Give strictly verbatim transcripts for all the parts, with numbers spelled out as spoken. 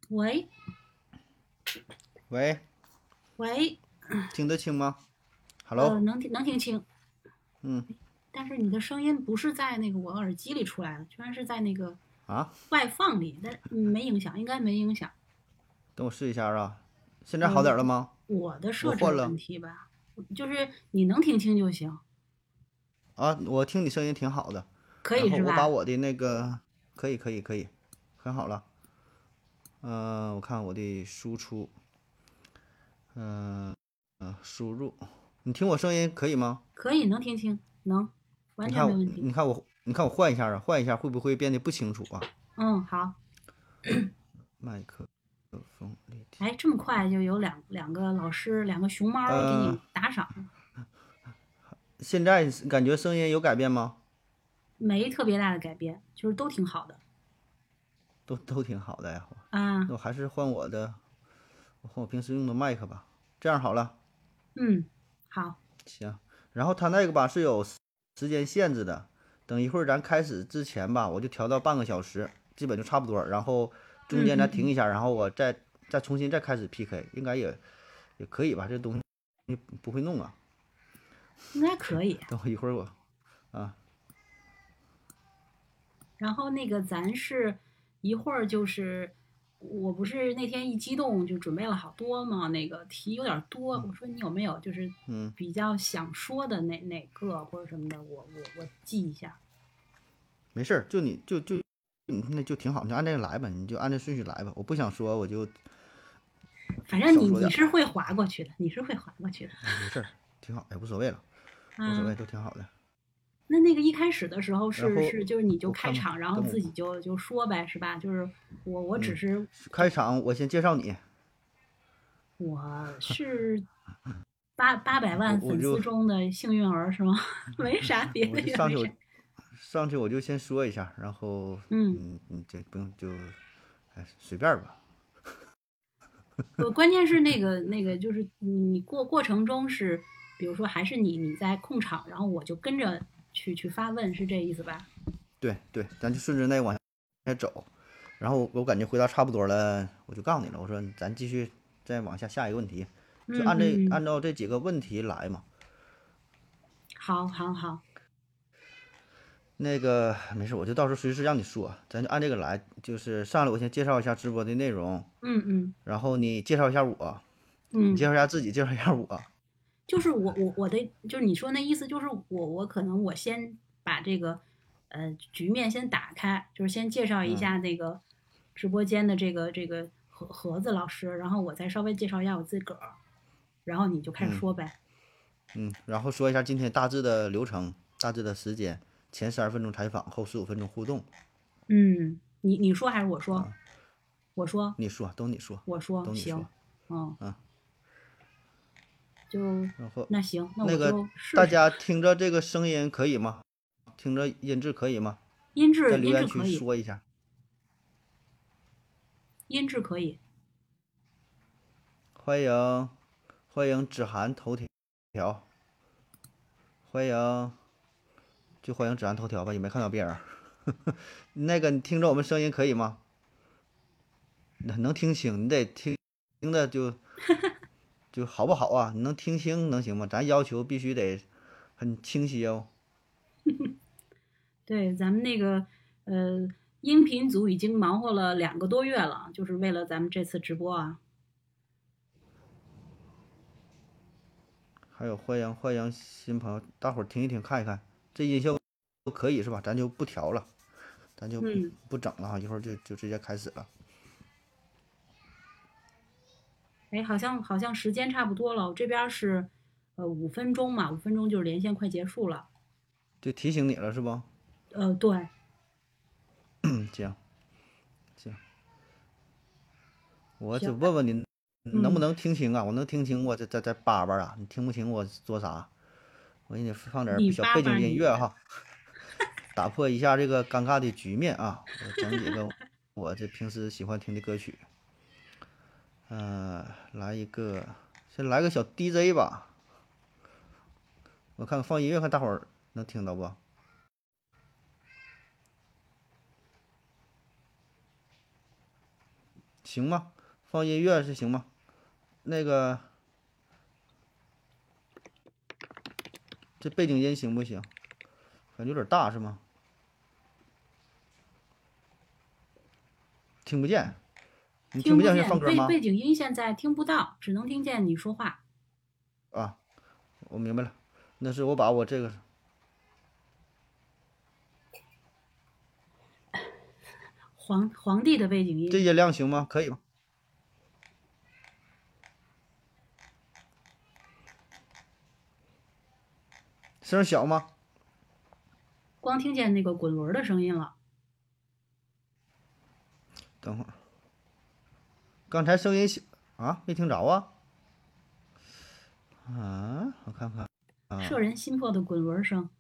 喂喂， 喂， 听得清吗呃， ？Hello， 能听能听清， 嗯但是你的声音不是在那个我耳机里出来的，居然是在那个啊， 外放里，但嗯没影响，应该没影响。 等我试一下啊，现在好呃， 点了吗？ 我的设置的问我换了题吧，就是你能听清就行， 啊，我听你声音挺好的， 可然后我把以是吧？ 我的那个可以可以可以，很好了。嗯、我看我的输出，嗯、嗯、输入，你听我声音可以吗？ 可以能听清，能，完你看我， 全没问题。 你看我，你看我换一下啊，换一下会不会变得不清楚啊？ 嗯，好。 麦克风立体， 哎，这么快就有两两个老师，两个熊猫给嗯、 你打赏了， 现在感觉声音有改变吗？ 没特别大的改变，就是都挺好的都都挺好的呀。 啊。 那我还是换我的，我换我平时用的麦克吧。这样好了， 嗯，好， 行。然后它那个吧是有时间限制的，等一会儿咱开始之前吧，我就调到半个小时，基本就差不多。然后中间咱嗯嗯嗯， 停一下，然后我再再重新再开始 P K，应该也也可以吧？这东西不会弄啊。 应该可以。 等我一会儿我啊， 然后那个咱是一会儿就是，我不是那天一激动就准备了好多嘛，那个题有点多，我说你有没有就是嗯， 比较想说的哪哪个或者什么的，我我我记一下。 没事儿，就你就就你那就挺好，你就按这个来吧，你就按这顺序来吧。我不想说，我就反正你少说点儿吧。 你是会划过去的，你是会划过去的啊，没事儿，挺好，也无所谓了，无所谓， 啊。 都挺好的。 那那个一开始的时候然后是是就是你就我看看， 开场，然后等我， 自己就就说呗，是吧？就是我我只嗯， 是就开场我先介绍你， 我是八八百万粉我我就丝中的幸运儿是吗？没啥别的， 我就上去我也没啥。 上去我就先说一下，然后嗯， 嗯你这不用就哎随便吧。 我关键是那个那个就是你过过程中是，比如说还是你你在控场，然后我就跟着去去发问，是这意思吧？ 对对，咱就顺着那个往下走，然后我感觉回答差不多了，我就告诉你了，我说咱继续再往下下一个问题，就嗯按这嗯嗯， 按照这几个问题来嘛。 好好好， 那个没事，我就到时候随时让你说，咱就按这个来。就是上来我先介绍一下直播的内容， 嗯嗯然后你介绍一下我，你介嗯。 绍一下自己，介绍一下我。 就是我我我的就是你说那意思，就是我我可能我先把这个呃局面先打开，就是先介绍一嗯下那个直播间的这个这个盒盒子老师，然后我再稍微介绍一下我自个儿，然后你就开始嗯说呗。 嗯，然后说一下今天大致的流程，大致的时间，前三十分钟采访，后十五分钟互动。 嗯，你你说还是我说？我说你说，都你说， 我说都你说。 行，嗯， 嗯， 就然后那行，那那个我就试试。 大家听着这个声音可以吗？听着音质可以吗？ 音质音在留言区质可以， 说一下。 音质可以。 欢迎欢迎芷涵头条，欢迎就欢迎芷涵头条吧，也没看到别人。那个你听着我们声音可以吗？能能听清，你得听听的就就好不好啊？你能听清能行吗？咱要求必须得很清晰哦。 对，咱们那个呃，音频组已经忙活了两个多月了，就是为了咱们这次直播啊。 还有欢迎欢迎新朋友，大伙儿听一听看一看，这音效都可以是吧？咱就不调了，咱就嗯， 不整了哈，一会儿就就直接开始了。 哎，好像好像时间差不多了，我这边是呃五分钟嘛，五分钟就是连线快结束了。 就提醒你了是不？ 呃，对， 嗯，行行，我就行， 问问你能不嗯， 能听清啊？我能听清，我这这这叭叭啊，你听不清我说啥？我给你放点你叭小背景叭你， 音乐哈，打破一下这个尴尬的局面啊！我整几个我这平时喜欢听的歌曲，嗯、来一个，先来个小 D J 吧，我看看放音乐，看大伙儿能听到不？ 行吗？放音乐是行吗？那个这背景音行不行？感觉有点大是吗？听不见，你听不见是听不见， 放歌吗？ 背背景音现在听不到，只能听见你说话。 啊，我明白了，那是我把我这个皇皇帝的背景音， 这音量行吗？可以吗？声小吗？ 光听见那个滚轮的声音了。 等会儿，刚才声音小啊，没听着啊？啊，我看看摄啊， 人心魄的滚轮声，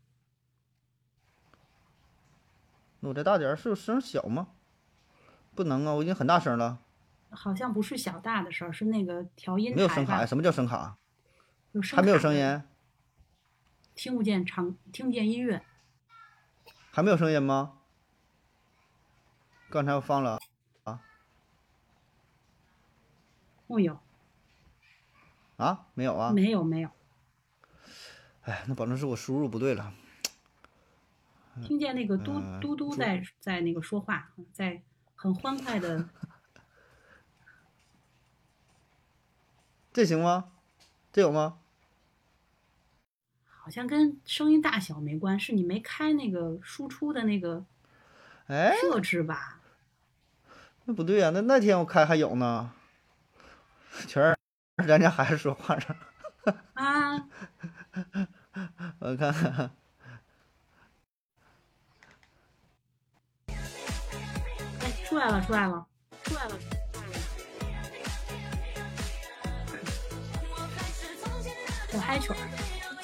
那我再大点儿，是有声小吗？不能啊，我已经很大声了， 好像不是小大的事儿，是那个调音没有声卡呀？ 台吧？ 什么叫声卡？ 有声还没有卡的， 声音？ 听不见唱，听不见音乐。 还没有声音吗？刚才我放了啊木有， 啊，没有啊？ 没有，没有， 哎，那保证是我输入不对了。 听见那个嘟嗯、 嘟嘟输在在那个说话，在很欢快的， 这行吗？这有吗？ 好像跟声音大小没关，是你没开那个输出的那个哎， 设置吧？ 那不对呀、那那天我开还有呢，全是咱家孩子说话声。 啊， 我看看， 哎，出来了，出来了，出来了。小嗨曲儿，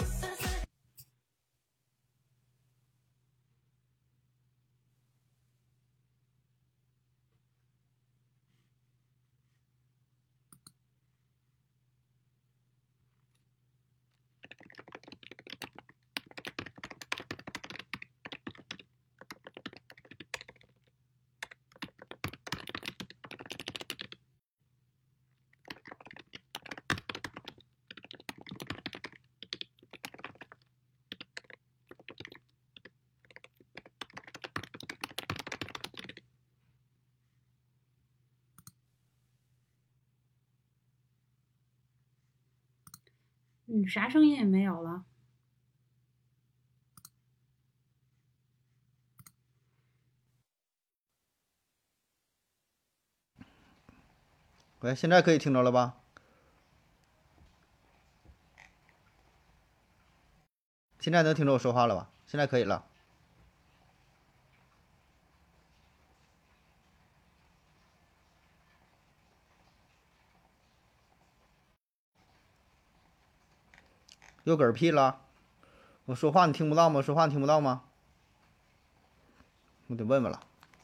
嗯，啥声音也没有了。 喂，现在可以听着了吧？现在能听着我说话了吧？现在可以了。又嗝屁了？我说话你听不到吗？我说话你听不到吗？我得问问了。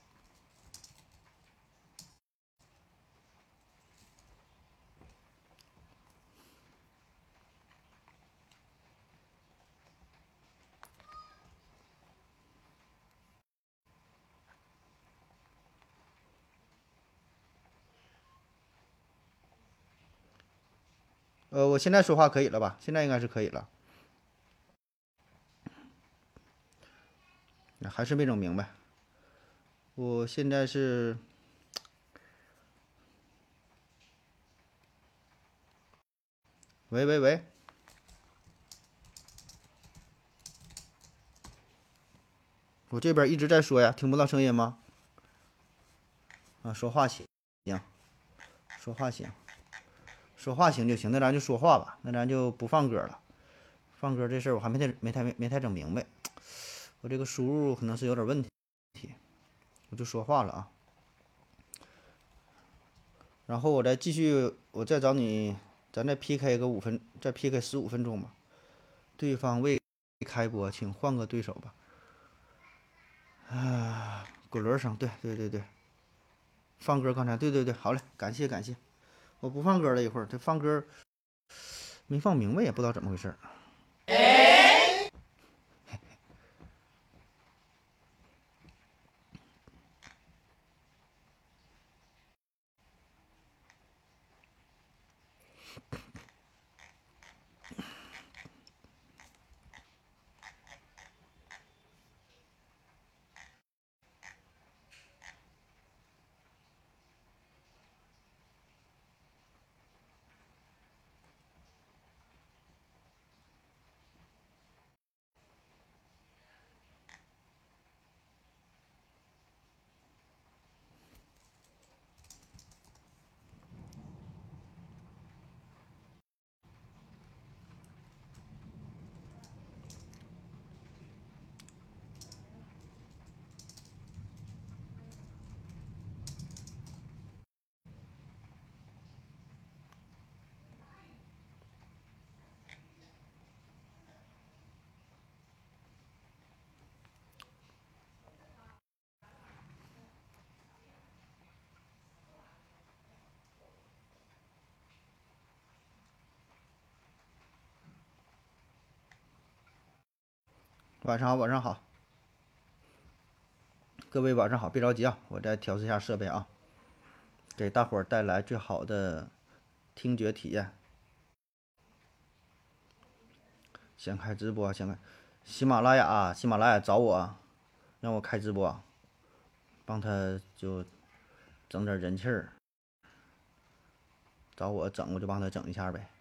呃，我现在说话可以了吧？现在应该是可以了。还是没整明白。我现在是，喂喂喂，我这边一直在说呀，听不到声音吗？啊，说话行，行，说话行，说话行就行，那咱就说话吧，那咱就不放歌了。放歌这事儿我还没太没太没太整明白，我这个输入可能是有点问题，我就说话了啊。然后我再继续，我再找你，咱再 P K 个五分，再 P K 十五分钟吧。对方未开播，请换个对手吧。啊，滚轮声，对对对对，放歌刚才，对对对，好嘞，感谢感谢。我不放歌了一会儿，这放歌没放明白，也不知道怎么回事儿。 晚上好，晚上好，各位晚上好，别着急啊，我再调试一下设备啊，给大伙儿带来最好的听觉体验。先开直播，先开喜马拉雅，喜马拉雅找我，让我开直播，帮他就整点人气儿，找我整，我就帮他整一下呗。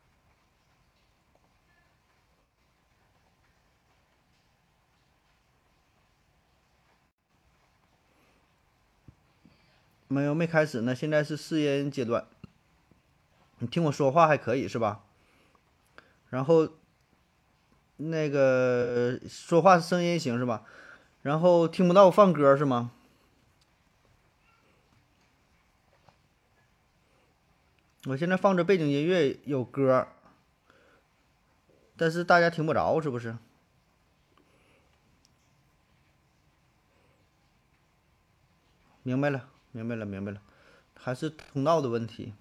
没有，没开始呢，现在是试音阶段。你听我说话还可以是吧？然后那个说话声音行是吧？然后听不到我放歌是吗？我现在放着背景音乐有歌，但是大家听不着是不是？明白了，明白了，明白了，还是通道的问题。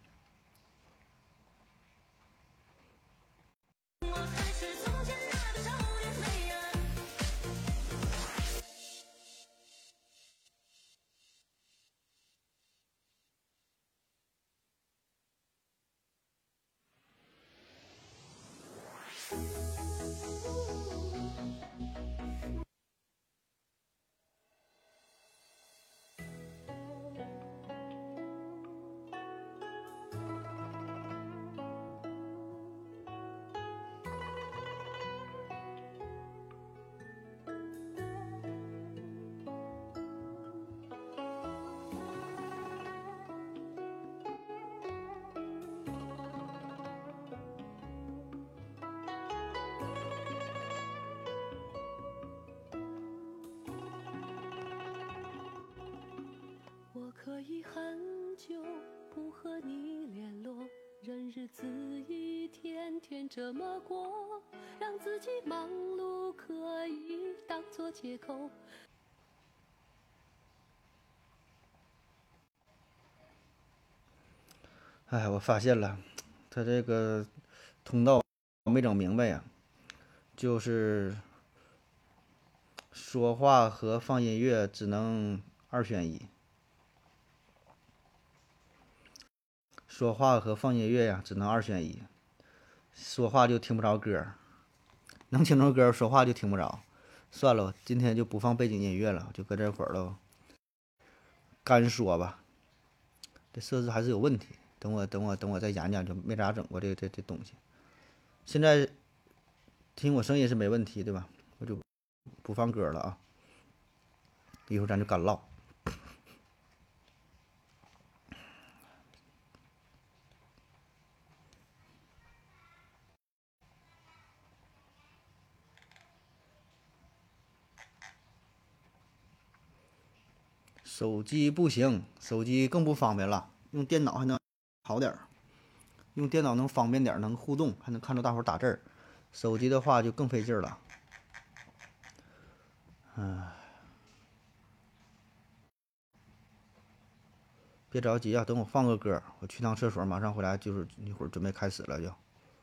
我可以很久不和你联络，任日子一天天这么过，让自己忙碌可以当作借口。 哎，我发现了，他这个通道没整明白呀，就是说话和放音乐只能二选一。说话和放音乐呀，只能二选一。说话就听不着歌，能听着歌，说话就听不着。算了，今天就不放背景音乐了，就搁这会儿了，干说吧。这设置还是有问题，等我等我等我再研究，就没咋整过这这这东西。现在听我声音是没问题对吧？我就不放歌了啊，一会儿咱就干唠。手机不行，手机更不方便了，用电脑还能好点儿，用电脑能方便点儿，能互动，还能看着大伙儿打字儿。手机的话就更费劲儿了。嗯，别着急啊，等我放个歌，我去趟厕所，马上回来，就是一会儿准备开始了就。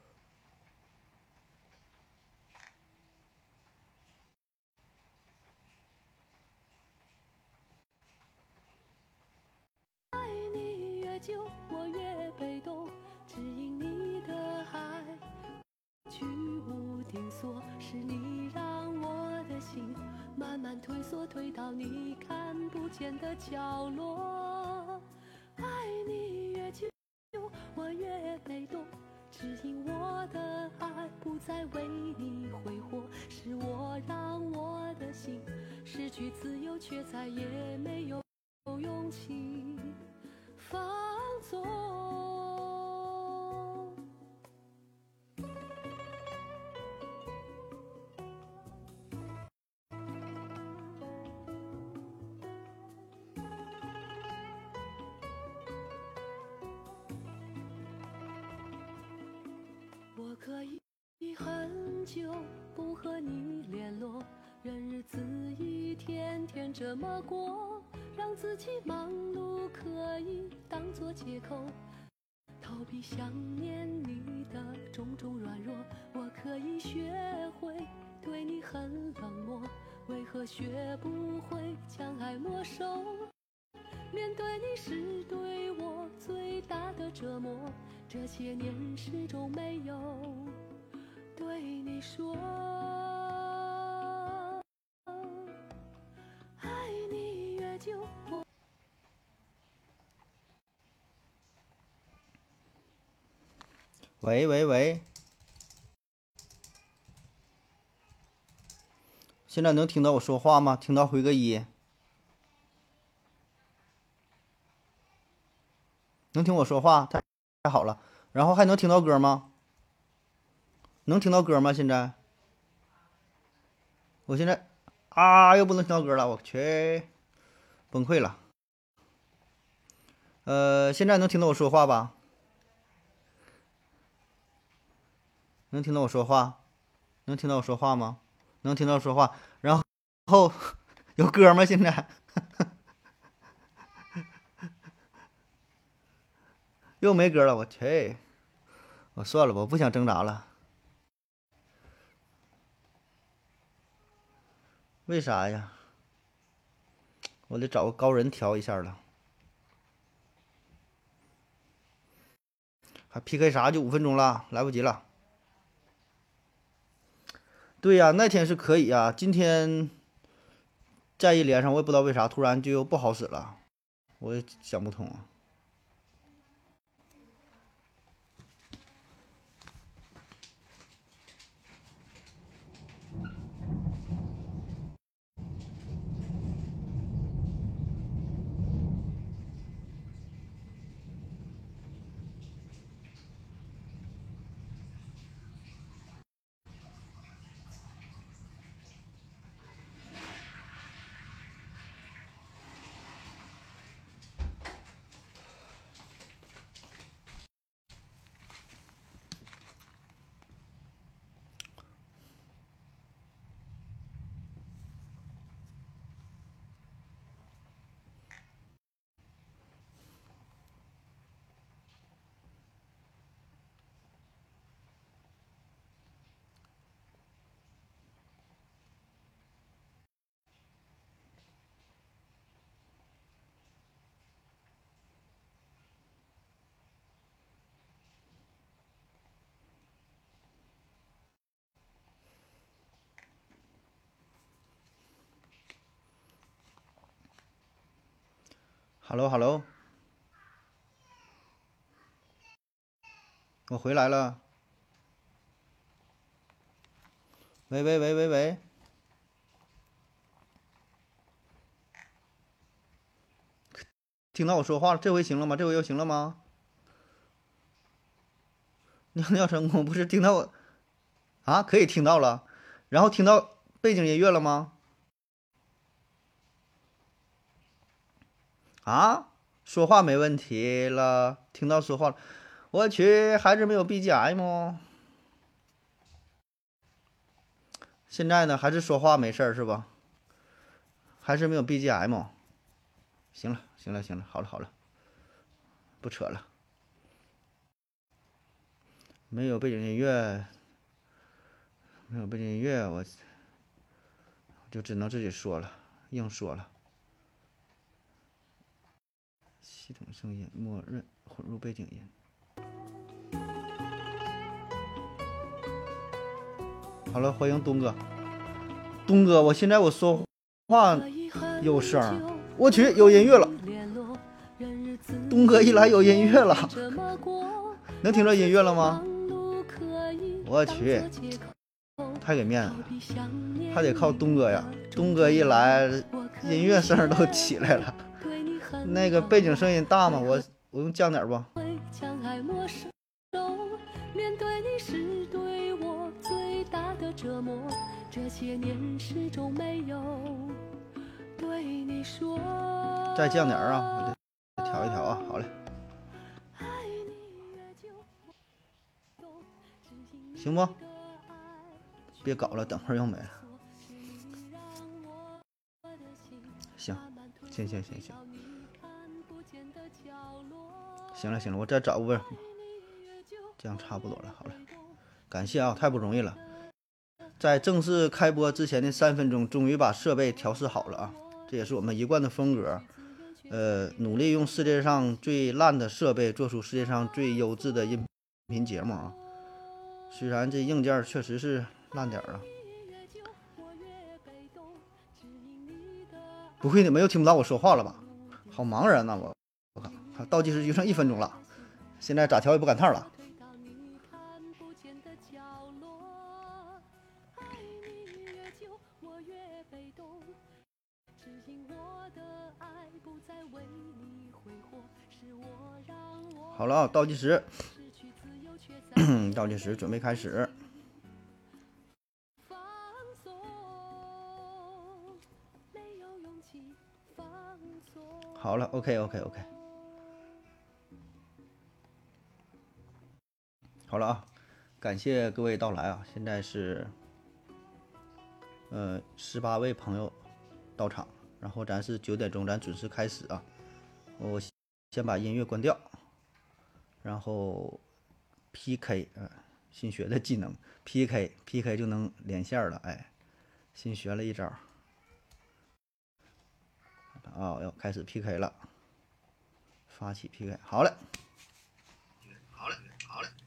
爱你越久，我越被动，只因你的爱居无定所，是你让我的心慢慢退缩，退到你看不见的角落。爱你越久，我越被动，只因我的爱不再为你挥霍，是我让我的心失去自由，却再也没有勇气放纵。我可以很久不和你联络，任日子一天天这么过，让自己忙碌可以当作借口，逃避想念你的种种软弱。我可以学会对你很冷学不会将爱没收。面对你是对我最大的折磨，这些年始终没有对你说。爱你越久，我喂喂喂，现在能听到我说话吗？听到回个一。能听我说话，太太好了。然后还能听到歌吗？能听到歌吗？现在，我现在啊，又不能听到歌了，我去，崩溃了。呃，现在能听到我说话吧？能听到我说话？能听到我说话吗？能听到我说话。然后有歌吗？现在又没歌了，我去，我算了吧，我不想挣扎了。为啥呀？我得找个高人调一下了。还 P K 啥？就五分钟了，来不及了。对呀，那天是可以呀，今天再一连上，我也不知道为啥突然就又不好使了，我也想不通啊。Hello Hello，我回来了。喂喂喂喂喂，听到我说话了，这回行了吗？这回又行了吗？尿尿成功，不是听到我啊？可以听到了，然后听到背景音乐了吗？啊，说话没问题了，听到说话了。我去，还是没有 B G M。现在呢，还是说话没事儿是吧？还是没有 B G M。行了，行了，行了，好了，好了，不扯了。没有背景音乐，没有背景音乐，我就只能自己说了，硬说了。系统声音默认混入背景音。好了，欢迎东哥。东哥，我现在我说话有声儿，我去，有音乐了。东哥一来有音乐了，能听着音乐了吗？我去，太给面子了，还得靠东哥呀。东哥一来，音乐声都起来了。那个背景声音大吗？我我用降点吧。面对你是对我最大的折磨，这些年始终没有对你说。再降点啊，我得调一调啊。好嘞，行不？别搞了，等会儿又没了。行，行行行行，行了行了，我再找个，这样差不多了。好了，感谢啊，太不容易了。 在正式开播之前的三分钟，终于把设备调试好了啊！这也是我们一贯的风格，呃，努力用世界上最烂的设备做出世界上最优质的音频节目啊！虽然这硬件确实是烂点儿啊，不会你们又听不到我说话了吧？好茫然呐、我我靠，倒计时就剩一分钟了，现在咋调也不赶趟了。好了啊，倒计时，倒计时，准备开始。好了 ，OK OK OK， 好了啊，感谢各位到来啊！现在是呃十八位朋友到场，然后咱是九点钟，咱准时开始啊。我先把音乐关掉。然后 P K 啊、呃，新学的技能 P K P K 就能连线了，哎，新学了一招啊、哦，要开始 P K 了，发起 P K， 好嘞，好嘞，好嘞，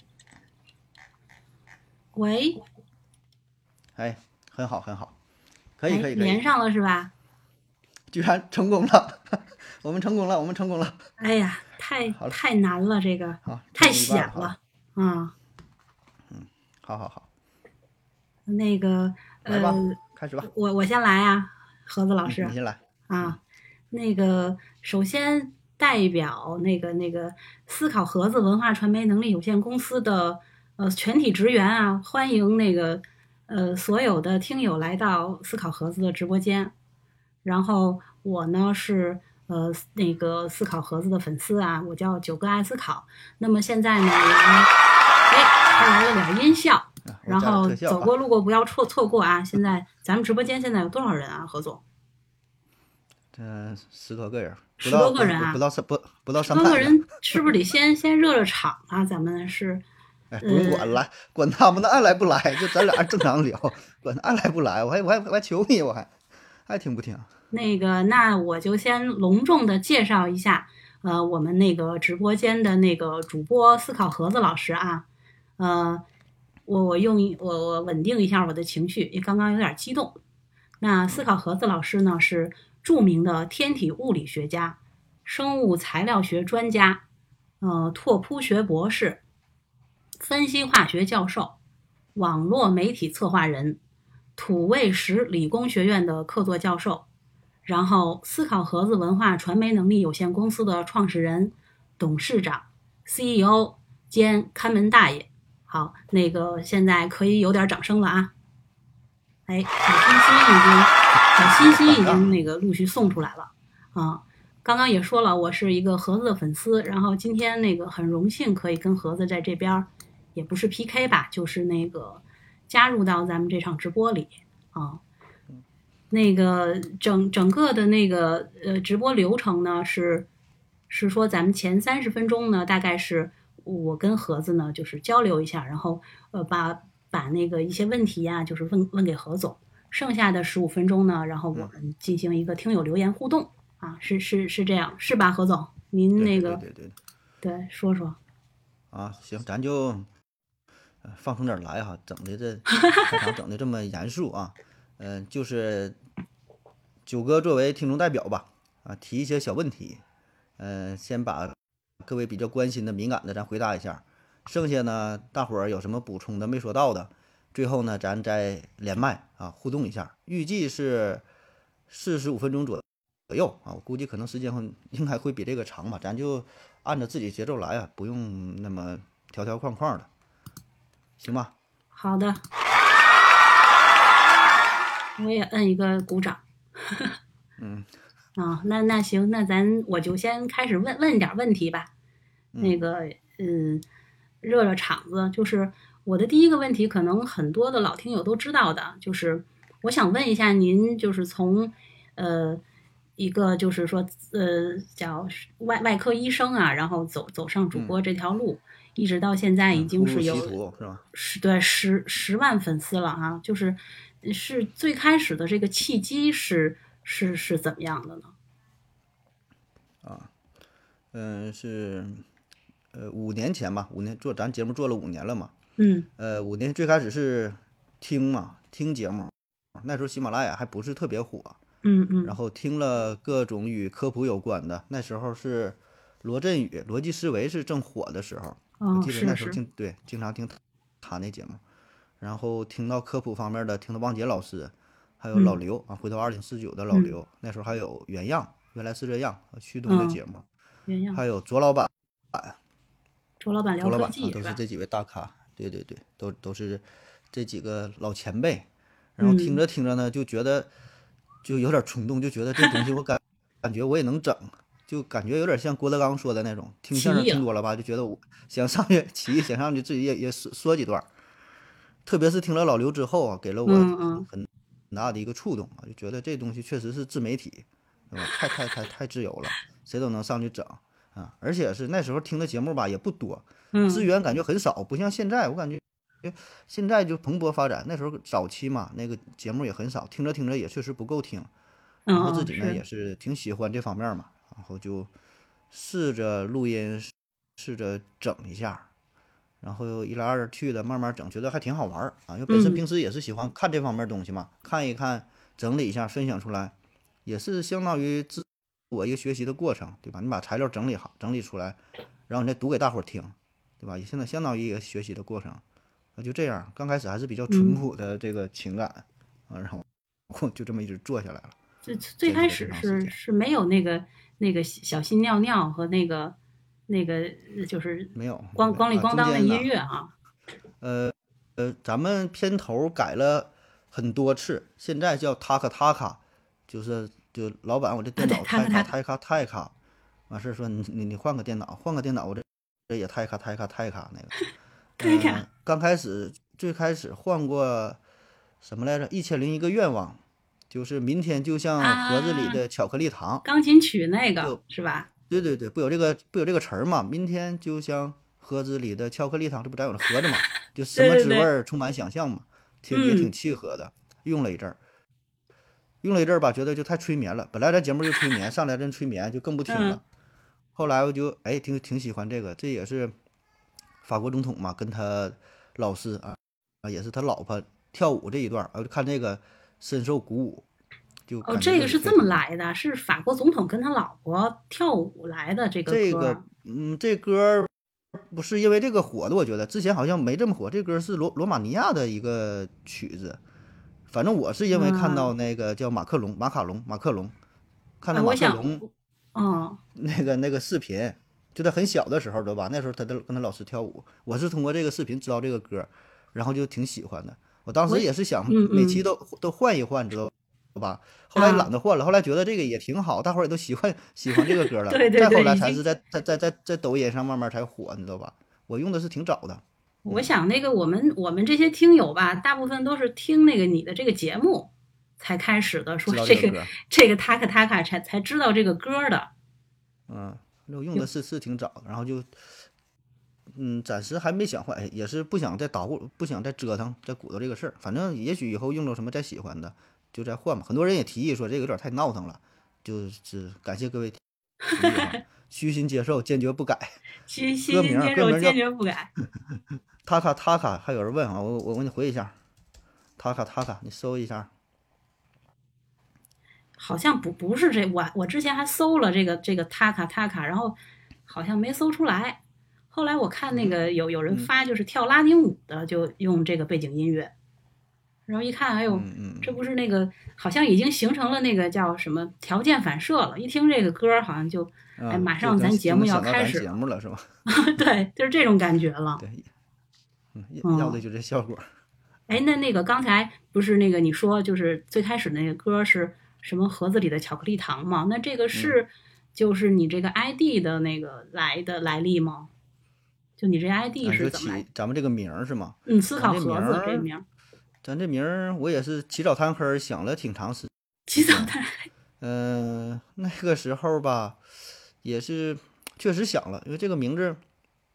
喂， 哎，很好很好，可以可以可以， 连上了是吧？ 居然成功了，我们成功了，我们成功了， 哎呀。太太难了，这个太险了啊！ 嗯，好好好， 那个呃， 开始吧。 我我先来啊，盒子老师， 嗯、你先来啊。那个首先代表那个那个思考盒子文化传媒能力有限公司的呃全体职员啊，欢迎那个呃所有的听友来到思考盒子的直播间。然后我呢是。呃，那个思考盒子的粉丝啊，我叫九哥爱思考。那么现在呢，来，哎，还来了点音效， 啊、 然后走过路过不要错错过啊！现在咱们直播间现在有多少人啊，何总？ 嗯、呃，十多个人， 十多个人啊， 不到三不不到三百。十多个人是不是得先先热热场啊？咱们是， 哎，不用管了，呃、管他们，那爱来不来，就咱俩正常聊，管他爱来不来，我还我还我还求你，我还爱听不听。 那个，那我就先隆重的介绍一下，呃，我们那个直播间的那个主播思考盒子老师啊，呃，我我用我我稳定一下我的情绪，也刚刚有点激动。那思考盒子老师呢是著名的天体物理学家、生物材料学专家，呃，拓扑学博士、分析化学教授、网络媒体策划人、土卫十理工学院的客座教授。然后，思考盒子文化传媒能力有限公司的创始人、董事长、C E O 兼看门大爷。好，那个现在可以有点掌声了啊！哎，小心心已经，小心心已经那个陆续送出来了啊！刚刚也说了，我是一个盒子的粉丝，然后今天那个很荣幸可以跟盒子在这边，也不是 P K 吧，就是那个加入到咱们这场直播里啊。那个整整个的那个呃直播流程呢是是说咱们前三十分钟呢大概是我跟盒子呢就是交流一下，然后呃把把那个一些问题呀、啊、就是问问给何总，剩下的十五分钟呢，然后我们进行一个听友留言互动啊，是是是这样是吧？何总，您那个对对对对对说说啊，行，咱就放松点来哈，整的这开场整的这么严肃啊。嗯、呃，就是九哥作为听众代表吧，啊，提一些小问题，嗯、呃，先把各位比较关心的、敏感的咱回答一下，剩下呢，大伙儿有什么补充的没说到的，最后呢，咱再连麦啊互动一下，预计是四十五分钟左右啊，我估计可能时间会应该会比这个长吧，咱就按照自己节奏来啊，不用那么条条框框的，行吧？ 好的。我也摁一个鼓掌， 嗯， 啊，那那行，那咱我就先开始问问点问题吧。 嗯、 那个，嗯，热热场子，就是我的第一个问题，可能很多的老听友都知道的，就是我想问一下您，就是从呃一个就是说呃叫外外科医生啊，然后走走上主播这条路，嗯、 一直到现在已嗯，误入歧经是有途是吧？ 十对十十万粉丝了哈，就是是最开始的这个契机是是是怎么样的呢？ 嗯，是呃五年前吧，五年做咱节目做了五年了嘛。 嗯呃，五年最开始是听嘛，听节目，那时候喜马拉雅还不是特别火， 嗯嗯， 然后听了各种与科普有关的，那时候是罗振宇逻辑思维是正火的时候，我哦记得那时候是是， 经对经常听他他那节目，然后听到科普方面的，听到汪杰老师，还有老嗯刘啊，回头二零四九的老嗯， 刘，那时候还有原样，原来是这样，和旭东的嗯， 节目， 原样， 还有卓老板。 周老板聊科卓老板啊， 技是吧？ 都是这几位大咖，对对对，都都是这几个老前辈。然后听嗯， 着听着呢，就觉得就有点冲动，就觉得这东西我感感觉我也能整，就感觉有点像郭德纲说的那种，听相声起义了， 听多了吧，就觉得我想上去起义，想上去自己也也说说几段儿。特别是听了老刘之后啊，给了我嗯嗯很很大的一个触动啊，就觉得这东西确实是自媒体，对吧？太太太太自由了，谁都能上去整啊！而且是那时候听的节目吧也不多，资嗯源感觉很少，不像现在，我感觉现在就蓬勃发展。那时候早期嘛，那个节目也很少，听着听着也确实不够听。 嗯然后自嗯是， 己呢也是挺喜欢这方面嘛，然后就试着录音，试着整一下。然后一来二去的慢慢整，觉得还挺好玩儿啊。因为本身嗯平时也是喜欢看这方面东西嘛，看一看，整理一下，分享出来，也是相当于自我一个学习的过程，对吧？你把材料整理好，整理出来，然后你再读给大伙儿听，对吧？也现在相当于一个学习的过程。那就这样，刚开始还是比较淳嗯， 朴的这个情感啊，然后就这么一直做下来了， 最最坚持了这开始长时间。 是是没有那个那个小心尿尿和那个那个呃就是没有咣咣里没有啊， 咣当的音中间呢， 乐啊， 呃呃，咱们片头改了很多次，现在叫 Taka Taka，就是就老板，我这啊对， 电脑他克他克， 太卡太卡太卡，完事儿说你你你换个电脑，换个电脑，我这这也太卡太卡太卡那个。嗯、呃对呀， 刚开始最开始换过什么来着？一千零一个愿望，就是明天就像盒子里啊， 的巧克力糖， 钢琴曲那个不有是吧？ 对对对，不有这个不有这个词儿嘛？明天就像盒子里的巧克力糖，这不咱有的盒子嘛？就什么滋味对对对， 儿充满想象嘛，挺也挺嗯契合的。用了一阵儿，用了一阵儿吧，觉得就太催眠了。本来咱节目就催眠，上来真催眠就更不听嗯， 了。后来我就哎挺挺喜欢这个，这也是法国总统嘛，跟他老师啊啊也是他老婆跳舞这一段儿，我就看这个深受鼓舞，就哦， 感觉就是这个是这么特别好。 来的，是法国总统跟他老婆跳舞来的这个这个歌儿嗯，这歌儿不是因为这个火的，我觉得之前好像没这么火。这歌儿是罗罗马尼亚的一个曲子，反正我是因为看到嗯， 那个叫马克龙、马卡龙、马克龙，看哎， 到马我想， 克龙哦， 那个那个视频，就他很小的时候，对吧？那时候他的跟他老师跳舞，我是通过这个视频知道这个歌儿，然后就挺喜欢的。我当我， 时也是想嗯嗯每期都都换一换，知道吧？后来懒啊， 得换了，后来觉得这个也挺好，大伙儿也都喜欢喜欢这个歌了。 对对对， 再后来已经。 才是在在在在在抖音上慢慢才火，你知道吧？我用的是挺早的， 我想那个我们我们这些听友吧，大部分都是听那个你的这个节目才开始的，说知道这这个个歌儿。 这个 taka taka 才才知道这个歌儿的。 嗯，我用的有是是挺早的，然后就嗯，暂时还没想换，哎也是不想再捣鼓，不想再折腾，再鼓捣这个事儿。反正也许以后用着什么再喜欢的，就再换吧。很多人也提议说这个有点太闹腾了，就是感谢各位提提议哈，虚心接受，坚决不改。 虚虚歌名儿心接受，坚歌名儿叫决不改。 塔卡塔卡，还有人问啊，我我我给你回一下，塔卡塔卡，你搜一下。 好像不不是这，我我之前还搜了这个这个 taka taka，然后好像没搜出来。后来我看那嗯个有有人嗯发，就是跳拉丁舞的，就用这个背景音乐，然后一看，哎呦， 嗯嗯这不是那个好像已经形成了那个叫什么条件反射了。一听这个歌儿，好像就，哎， 嗯， 马就能上咱节目就能想到要开始了， 咱节目了是吧？ 对，就是这种感觉了。 对，嗯，要要的嗯， 就这效果。 哎，那那个刚才不是那个你说就是最开始那个歌是什么盒子里的巧克力糖吗？那这个嗯。 是就是你这个 I D 的那个来的来历吗？就你这 I D 啊，你说是怎么来的？ 起咱们这个名儿是吗？ 嗯，思咱这名考盒子这儿， 名儿， 咱这名儿我也是起早贪黑儿想了挺长时间。 起早贪， 嗯、那个时候吧，也是确实想了，因为这个名字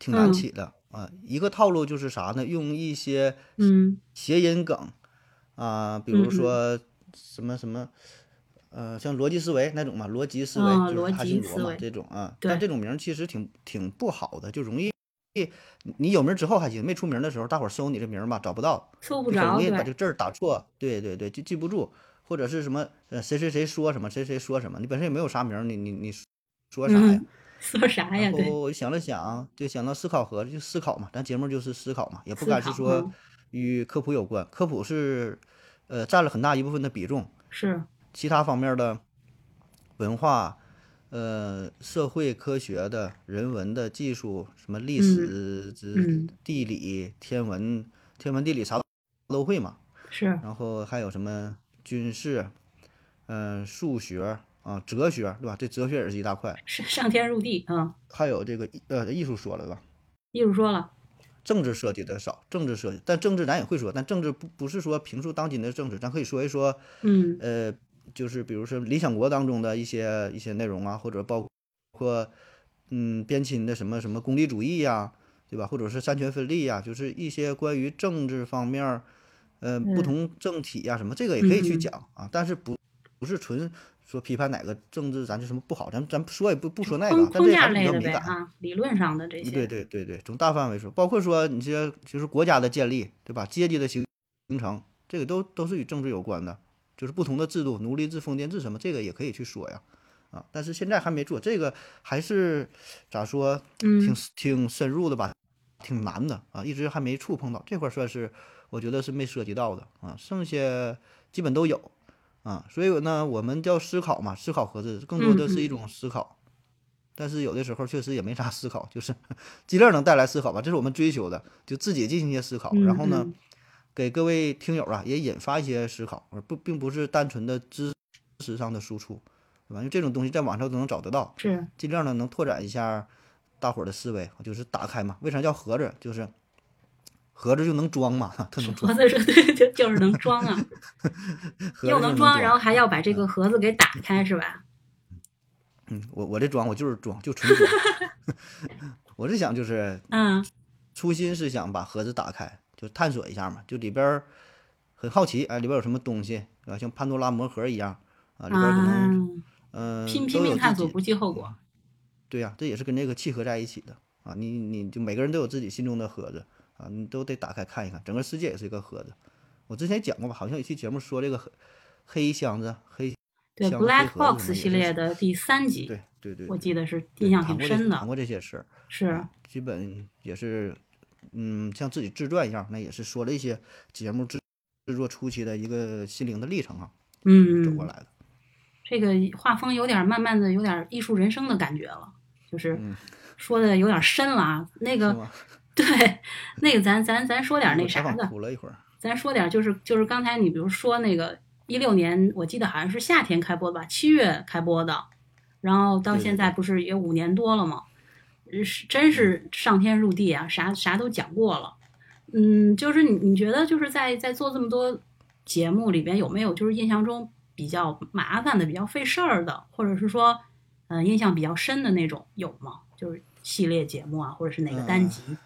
挺难嗯起的啊。一个套路就是啥呢？用一些嗯谐音梗啊，比如嗯嗯， 说什么什么。呃，像逻辑思维那种嘛，逻辑思维哦，逻就是他姓罗嘛， 辑思维， 这种啊，但对， 这种名儿其实挺挺不好的，就容易你有名儿之后还行，没出名儿的时候，大伙儿搜你这名儿吧找不到，就很容搜不着，对， 易把这个字儿打错，对对对，就记不住，或者是什么呃谁谁谁说什么，谁谁说什么，你本身也没有啥名儿，你你你说啥呀？ 嗯，说啥然呀？对， 后我想了想，就想到思考盒子，就思考嘛，咱节目就是思考嘛，也不思考， 该是说嗯， 与科普有关，科普是呃占了很大一部分的比重， 是， 其他方面的文化。呃，社会科学的、人文的、技术，什么历嗯史、之嗯地理、天文、天文地理啥都会嘛。 是然后还有什么军事，嗯、数学啊、哲学，对吧？这哲学也是一大块。 是上天入地，嗯， 还有这个呃艺术说了对吧？ 艺术说了， 政治涉及的少，政治涉及，但政治咱也会说，但政治不不是说评述当今的政治，咱可以说一说， 嗯呃，就是比如说《理想国》当中的一些一些内容啊，或者包括嗯边沁的什么什么功利主义呀、对吧？或者是三权分立呀、就是一些关于政治方面儿，呃，不嗯同政体呀、什么，这个也可以去嗯嗯， 讲啊，但是不不是纯说批判哪个政治咱就什么不好，咱咱说也不不就说那个啊，但框框这还是比架类的较敏感。 呗哈，理论上的这嗯对些， 对对对，从大范围说，包括说你这就是国家的建立，对吧？阶级的形形成，这个都都是与政治有关的，就是不同的制度，奴隶制、封建制什么，这个也可以去说呀，啊，但是现在还没做，这个还是咋说，挺嗯挺深入的吧，挺难的啊，一直还没触碰到这块，算是我觉得是没涉及到的啊，剩下基本都有啊，所以呢，我们叫思考嘛，思考盒子更多嗯嗯的是一种思考。但是有的时候确实也没啥思考，就是尽量能带来思考吧，这是我们追求的，就自己进行一些思考，然后呢， 嗯嗯， 给各位听友啊也引发一些思考，而不并不是单纯的知识上的输出，对吧？因为这种东西在网上都能找得到， 是尽量呢能拓展一下大伙儿的思维，就是打开嘛。为啥叫盒子？就是盒子就能装嘛，它能装， 盒子是对，就就是能装啊， 盒又能装，然子就能装。 后还要把这个盒子给打开，是吧？ 嗯，我我这装我就是装，就纯装。我是想就是嗯初心是想把盒子打开，就探索一下嘛，就里边儿很好奇，哎，里边儿有什么东西，对吧？像潘多拉魔盒一样啊，里边儿可啊， 能嗯、呃拼拼都有自己， 命探索，不计后果。 对呀、这也是跟这个契合在一起的啊。你你就每个人都有自己心中的盒子啊，你都得打开看一看，整个世界也是一个盒子。我之前讲过吧，好像有一期节目说这个黑黑箱子、黑对箱子、黑 ，Black 盒子什 Box 么系也是， 列的第三集， 对对对对我记得是印对， 象谈过这挺深的。 谈过这些事儿。 是， 啊，基本也是，嗯，像自己自传一样，那也是说了一些节目制制作初期的一个心灵的历程啊，走过嗯， 来的。 这个画风有点慢慢的有点艺术人生的感觉了，就是嗯， 说的有点深了啊。那个， 是吗？ 对，那个咱咱咱说点你给我采访那啥的， 哭了一会儿。 咱说点就是就是刚才你比如说那个一六年，我记得好像是夏天开播的吧，七月开播的，然后到对对对， 现在不是也五年多了吗？呃是真嗯是上天入地啊，啥啥都讲过了。嗯，就是你你觉得就是在在做这么多节目里边，有没有就是印象中比较麻烦的、比较费事儿的，或者是说，嗯、印象比较深的那种有吗？就是系列节目啊，或者是哪个单嗯集？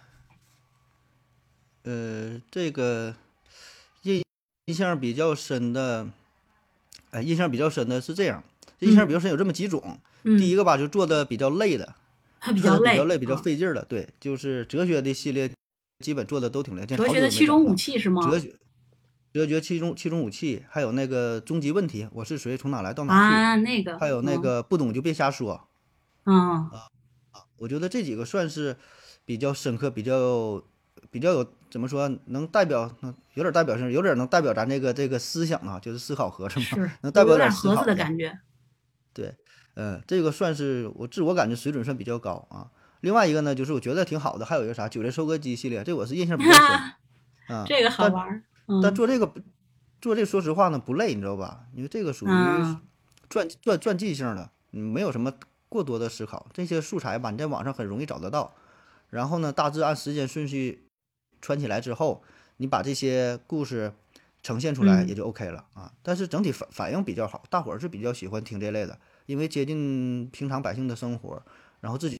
呃，这个印印象比较深的，哎，印象比较深的是这样，印象比较嗯深有这么几种。第一嗯， 个吧，就做的比较累的， 比做较累的比较累、比较啊。 费劲儿的，对，就是哲学的系列，基本做的都挺累，这哲好久学的七种武都没整了。 器是吗？ 哲学哲学七种七种武器，还有那个终极问题，我是谁，从哪来到哪去， 啊，那个， 还有那嗯个不懂就别瞎说。 嗯， 我觉得这几个算是比较深刻、比较比较有怎么说，能代表，能有点代表性，有点能代表咱这个这个思想啊，就是思考盒子嘛， 是能代有有表点点盒子思考的。 的感觉。 对，嗯，这个算是我自我感觉水准算比较高啊。另外一个呢，就是我觉得挺好的，还有一个啥九连收割机系列，这我是印象比较深啊。 这个好玩但儿。嗯但做这个不做这个，说实话呢，不累，你知道吧？因为这个属于嗯传传传记性的，嗯没有什么过多的思考。这些素材吧，你在网上很容易找得到。然后呢，大致按时间顺序传起来之后，你把这些故事呈现出来也嗯就 OK 了啊。但是整体反反应比较好，大伙儿是比较喜欢听这类的，因为接近平常百姓的生活，然后自己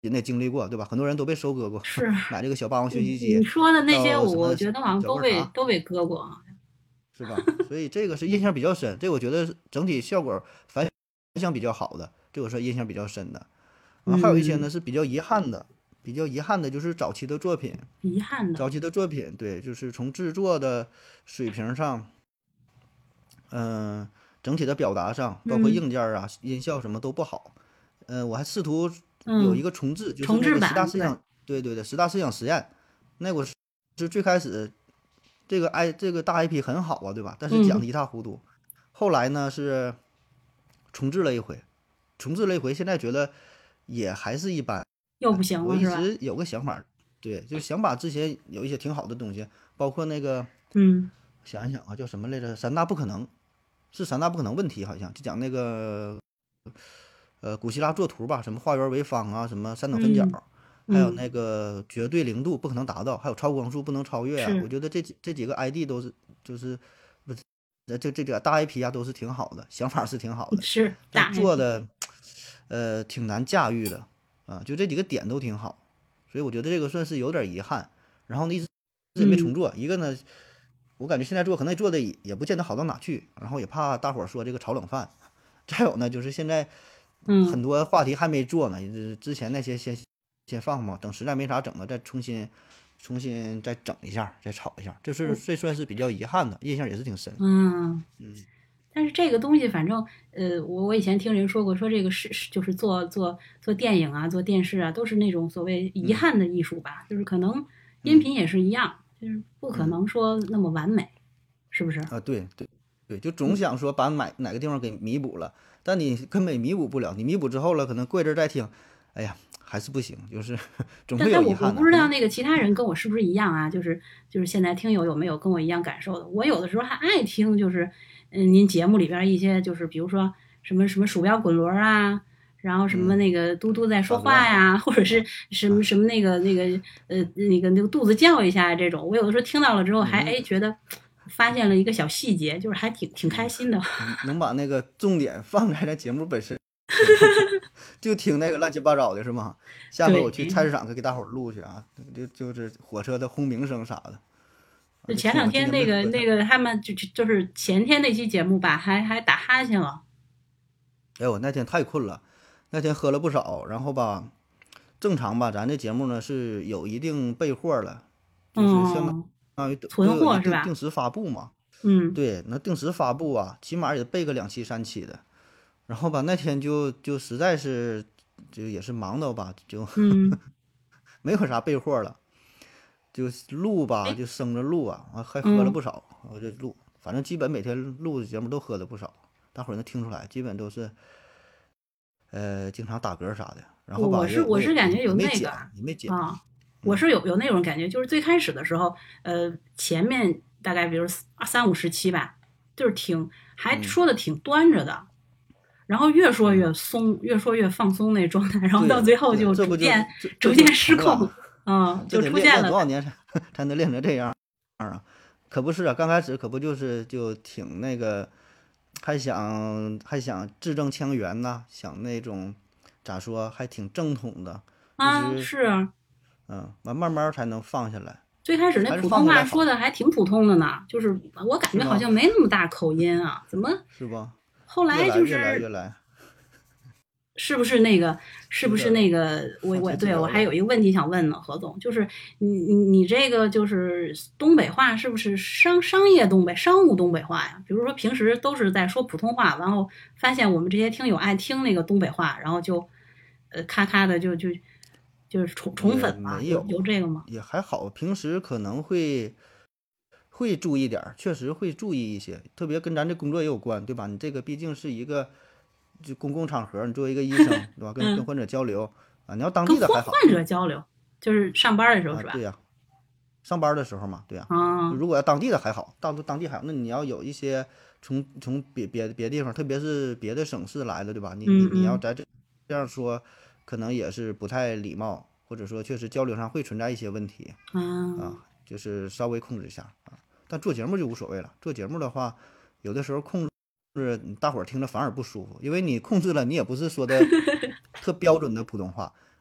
也经历过，对吧？很多人都被收割过， 是买这个小霸王学习你机说的那些， 到什么我觉得好像都小棍茶， 被都被割过啊。 是吧？所以这个是印象比较深，这我觉得整体效果反响比较好的，这我说印象比较深的。啊，还有一些嗯， 呢是比较遗憾的，比较遗憾的就是早期的作品， 遗憾的。 早期的作品，对，就是从制作的水平上，嗯、整体的表达上，包括嗯硬件儿啊、音效什么都不好。嗯、我还试图有一嗯， 个重置，就是重那个十大制版，对。 思想，对对对，十大思想实验，那我是是最开始这个 I 这个大 I P 很好啊，对吧？但是讲的嗯， 一塌糊涂。后来呢是重置了一回，重置了一回，现在觉得也还是一般。 又不行我了是吧？ 一直有个想法，对，就是想把之前有一些挺好的东西，包括那个嗯想一想啊，叫什么来着？三大不可能，是三大不可能问题，好像就讲那个呃古希腊作图吧，什么画圆为方啊，什么三等分角， 嗯还有嗯， 那个绝对零度不可能达到，还有超光速不能超越啊。我是觉得这几这几个 I D 都是就是不是呃这这个大 I P 啊都是挺好的，想法是挺好的， 是但大做 I P。 的呃挺难驾驭的啊，就这几个点都挺好，所以我觉得这个算是有点遗憾。然后呢，一直也没重嗯做。一个呢，我感觉现在做可能做的也也不见得好到哪去，然后也怕大伙儿说这个炒冷饭。再有呢，就是现在很嗯， 多话题还没做呢，就是之前那些先先放嘛，等实在没啥整了，再重新重新再整一下，再炒一下，这是这算是比较遗憾的，印象也是挺深。 嗯， 嗯但是这个东西，反正呃，我我以前听人说过，说这个是是就是做做做电影啊，做电视啊，都是那种所谓遗嗯憾的艺术吧，就是可能音嗯频也是一样，就是不可嗯能说那么完美，是不是？ 啊，对对对，就总嗯， 想说把哪哪个地方给弥补了，但你根本弥补不了，你弥补之后了，可能过一阵儿再听，哎呀，还是不行，就是总会但但我我有遗憾的，可能不知道那个其他人跟我是不是一样啊？就是就是现在听友有没有跟我一样感受的？我有的时候还爱听，就是嗯，您节目里边儿一些就是比如说什么什么鼠标滚轮儿啊，然后什么嗯那个嘟嘟在说打嗝儿话呀，或者是啊什么啊什么那个那个呃那个那个肚子叫一下这种，我有的时候听到了之后还嗯哎觉得发现了一个小细节，就是还挺挺开嗯， 心的。 能能把那个重点放在这节目本身身上，就听那个乱七八糟的是吗？下回我对， 去菜市场给大伙儿录去啊，就就是火车的轰鸣声啥的啊， 就就听我今前两天天没喝上。 那个那个他们就就就是前天那期节目吧，还还打哈欠了。 哎，我那天太困了，那天喝了不少，然后吧，正常吧，咱这节目呢是有一定备货了，就是相嗯， 当于都都存有一货是吧？ 定定时发布嘛。 嗯对，那定时发布啊，起码也备个两期三期的。然后吧，那天就就实在是就也是忙到吧，就嗯， 没有啥备货了，就录吧， 哎， 就生着录啊，完还喝了嗯， 不少，我就录，反正基本每天录的节目都喝的不少，大伙儿能听出来，基本都是呃经常打嗝啥的。然后吧， 我是也我也也我是感觉有也没剪， 那个啊， 也没剪， 啊我嗯是有有那种感觉，就是最开始的时候，呃，前面大概比如三五十期吧，就是挺还嗯说的挺端着的，然后越说嗯， 越松，越说越放松那状态，然后对呀到最后对呀， 就这不就逐渐这这就逐渐失成了， 控，嗯， 这就得练练出现了。 多少年才才能练成这样啊？可不是啊，刚开始可不就是就挺那个，还想还想字正腔圆呐、想那种咋说，还挺正统的，一啊， 直是嗯，完慢慢才能放下来， 最开始那还是普通话放下来好， 说的还挺普通的呢，就是我感是吗？ 觉好像没那么大口音啊，怎么是不？ 后来越来越来越就是来是不是那个是不是有点儿那个我放我对我弃治疗了。 还有一个问题想问呢，何总，就是你你你这个就是东北话是不是商商业东北商务东北话呀？比如说平时都是在说普通话，然后发现我们这些听友爱听那个东北话，然后就呃咔咔的就就就是宠宠也粉了，有没有， 有这个吗？ 也还好，平时可能会会注意点儿，确实会注意一些，特别跟咱这工作也有关，对吧？你这个毕竟是一个就公共场合，你作为一个医生，对吧？跟跟嗯， 患者交流啊，你要当跟地的还好患患者交流，就是上班的时候啊， 是吧？ 对呀、上班儿的时候嘛，对呀、 啊， 如果要当地的还好，当当地还好，那你要有一些从从别别别地方，特别是别的省市来的，对吧？你你你要嗯嗯在这这样说，可能也是不太礼貌，或者说确实交流上会存在一些问题啊， 啊，就是稍微控制一下啊。但做节目就无所谓了，做节目的话，有的时候控制你大伙儿听着反而不舒服，因为你控制了，你也不是说的特标准的普通话，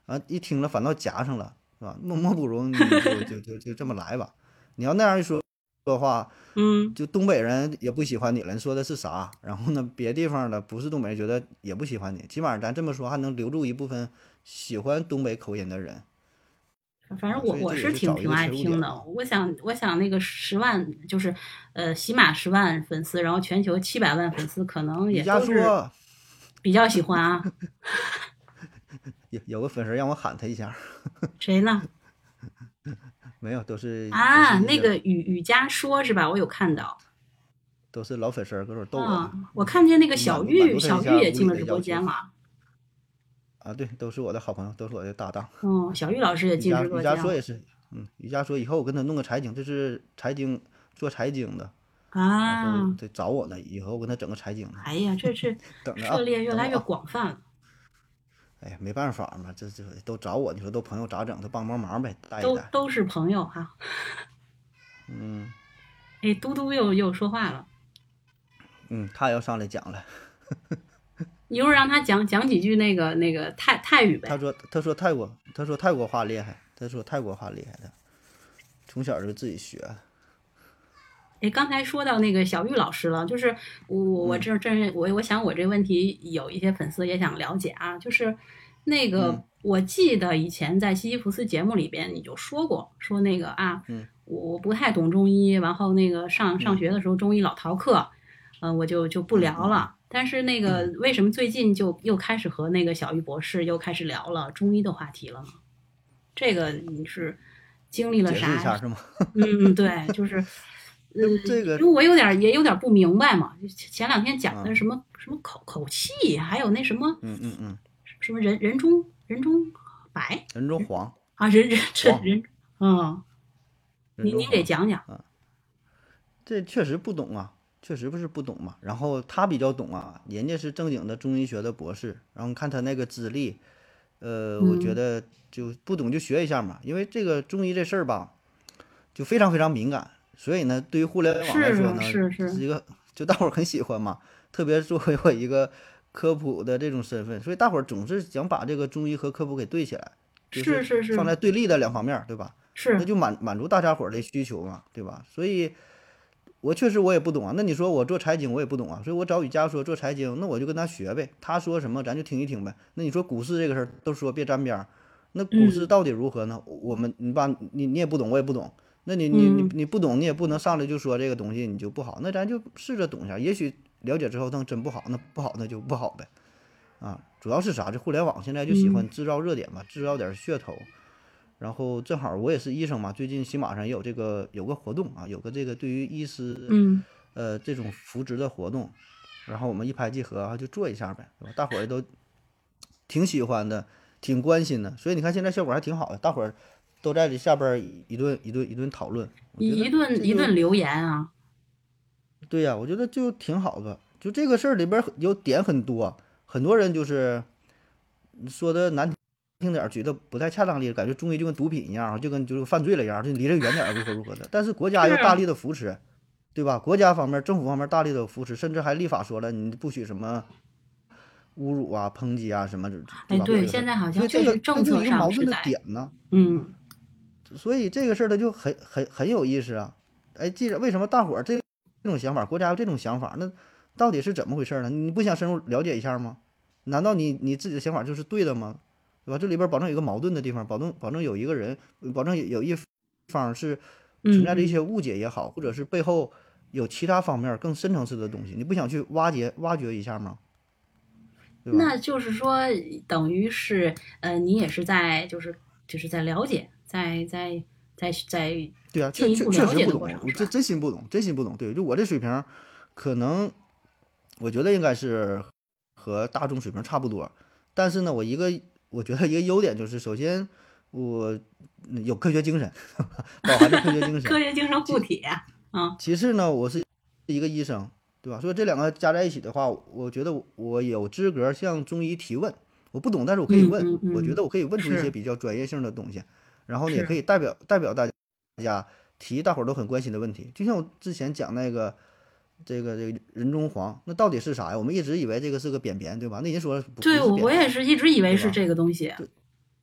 啊，一听了反倒夹上了，是吧？莫莫不如你就就就就这么来吧。你要那样一说说话， 嗯， 就东北人也不喜欢你了，你说的是啥？然后呢，别地方的不是东北人觉得也不喜欢你，起码咱这么说还能留住一部分喜欢东北口音的人啊， 反正我所以这也我是是找一个挺挺爱切入点嘛。 听的。我想我想那个十万就是呃喜马十万粉丝，然后全球七百万粉丝，可能也瑜伽都是说比较喜欢啊。 有有个粉丝让我喊他一下， 谁呢？ 没有，都是都是啊， 一些那个雨雨佳说是吧？我有看到都是老粉丝儿搁这儿逗我啊， 呢， 我看见那个就小满足满足他一玉小玉下无理也进了直播的要求间了。 啊。对，都是我的好朋友，都是我的搭档。 嗯，小玉老师也瑜进伽瑜伽直播间了说也是，嗯，瑜伽说以后我跟他弄个财经，这是财经做财经的，然后啊。 得找我呢，以后我跟他整个财经的， 哎呀，这是等着啊， 涉猎越来越等我啊。 广泛了， 哎呀，没办法嘛，这这都找我，你说都朋友咋整？都帮帮忙呗，带一带。 都都是朋友哈。 嗯哎，嘟嘟又又说话了， 嗯，他要上来讲了， 一会儿让他讲讲几句那个那个泰泰语呗。 他说他说泰国他说泰国话厉害，他说泰国话厉害的，从小就自己学的。 哎，刚才说到那个小玉老师了，就是我我嗯这这我我想我这问题有一些粉丝也想了解啊，就是那个嗯我记得以前在西西弗斯节目里边你就说过，说那个啊， 嗯我我不太懂中医，然后那个上上嗯学的时候中医老逃课，嗯、我就就不嗯嗯聊了。但是那个为什么最近就又开始和那个小玉博士又开始聊了中医的话题了呢？这个你是经历了解释一啥？ 下是吗？ 嗯，对，就是，呃， 这这个因为我有点也有点不明白嘛。前两天讲的嗯什么什么口口气，还有那什么嗯嗯嗯， 什么人人中人中白人中黄啊，人人这黄人，嗯， 人中您您给黄， 讲讲。 这确实不懂啊，确实不是不懂嘛。然后他比较懂啊，人家是正经的中医学的博士，然后看他那个资历，呃，我觉嗯， 得就不懂就学一下嘛，因为这个中医这事儿吧，就非常非常敏感，所以呢，对于互联网来说是呢， 是是， 是一个就大伙儿很喜欢嘛，特别作为我一个科普的这种身份，所以大伙儿总是想把这个中医和科普给对起来，就是是是放在是对立的两方面儿，对吧？那是， 就满满足大家伙儿的需求嘛，对吧？所以我确实我也不懂啊。那你说我做财经我也不懂啊，所以我找雨佳说做财经，那我就跟他学呗，他说什么咱就听一听呗。那你说股市这个事儿都说别沾边儿，那股市嗯到底如何呢？我们你把你你也不懂，我也不懂，那你你你嗯你不懂，你也不能上来就说这个东西你就不好，那咱就试着懂一下，也许了解之后能真不好，那不好那就不好呗。啊，主要是啥？这互联网现在就喜欢嗯制造热点嘛，制造点儿噱头。然后正好我也是医生嘛，最近喜马上也有这个有个活动啊，有个这个对于医师嗯， 呃这种扶植的活动，然后我们一拍即合啊，就做一下呗，对吧？大伙儿也都挺喜欢的，挺关心的，所以你看现在效果还挺好的，大伙儿都在这下边儿一顿一顿一顿讨论，我觉得一一顿这就一顿留言啊， 对呀，我觉得就挺好的。就这个事儿里边儿有点很多，很多人就是说的难听点儿，举的不太恰当例子，感觉中医就跟毒品一样，就跟就是犯罪了一样，就离这远点儿，如何如何的。但是国家是啊， 又大力的扶持，对吧？国家方面、政府方面大力的扶持，甚至还立法说了，你不许什么侮辱啊、抨击啊什么，对哎， 吧？搞对， 这个事儿， 现在好所以像确实这个它就有政策一个矛盾的上是在， 点呢。 嗯所以这个事儿它就很很很有意思啊。哎，既然为什么大伙儿这这种想法，国家有这种想法，那到底是怎么回事呢？你不想深入了解一下吗？难道你你自己的想法就是对的吗？对吧？这里边保证有一个矛盾的地方，保证保证有一个人，保证有有一方是存嗯嗯。 在着一些误解也好，或者是背后有其他方面更深层次的东西，你不想去挖掘挖掘一下吗？对吧？ 那就是说，等于是，呃，你也是在，就是就是在了解，在在在在对啊，确进一确步了解的确实不懂， 过程是吧？ 我真真心不懂，真心不懂。对，就我这水平，可能我觉得应该是和大众水平差不多。但是呢，我一个我觉得一个优点就是，首先我嗯有科学精神，饱含着科学精神。 科学精神护体啊， 其次呢，我是一个医生，对吧？所以这两个加在一起的话，我觉得我有资格向中医提问。我不懂，但是我可以嗯问， 嗯嗯， 我觉得我可以问出一些是比较专业性的东西，然后呢，也可是， 以代表代表大家提大伙儿都很关心的问题。就像我之前讲那个这个这个人中黄，那到底是啥呀？我们一直以为这个是个便便，对吧？那人说不不对，我我也是便便， 是一直以为是对吧？ 这个东西，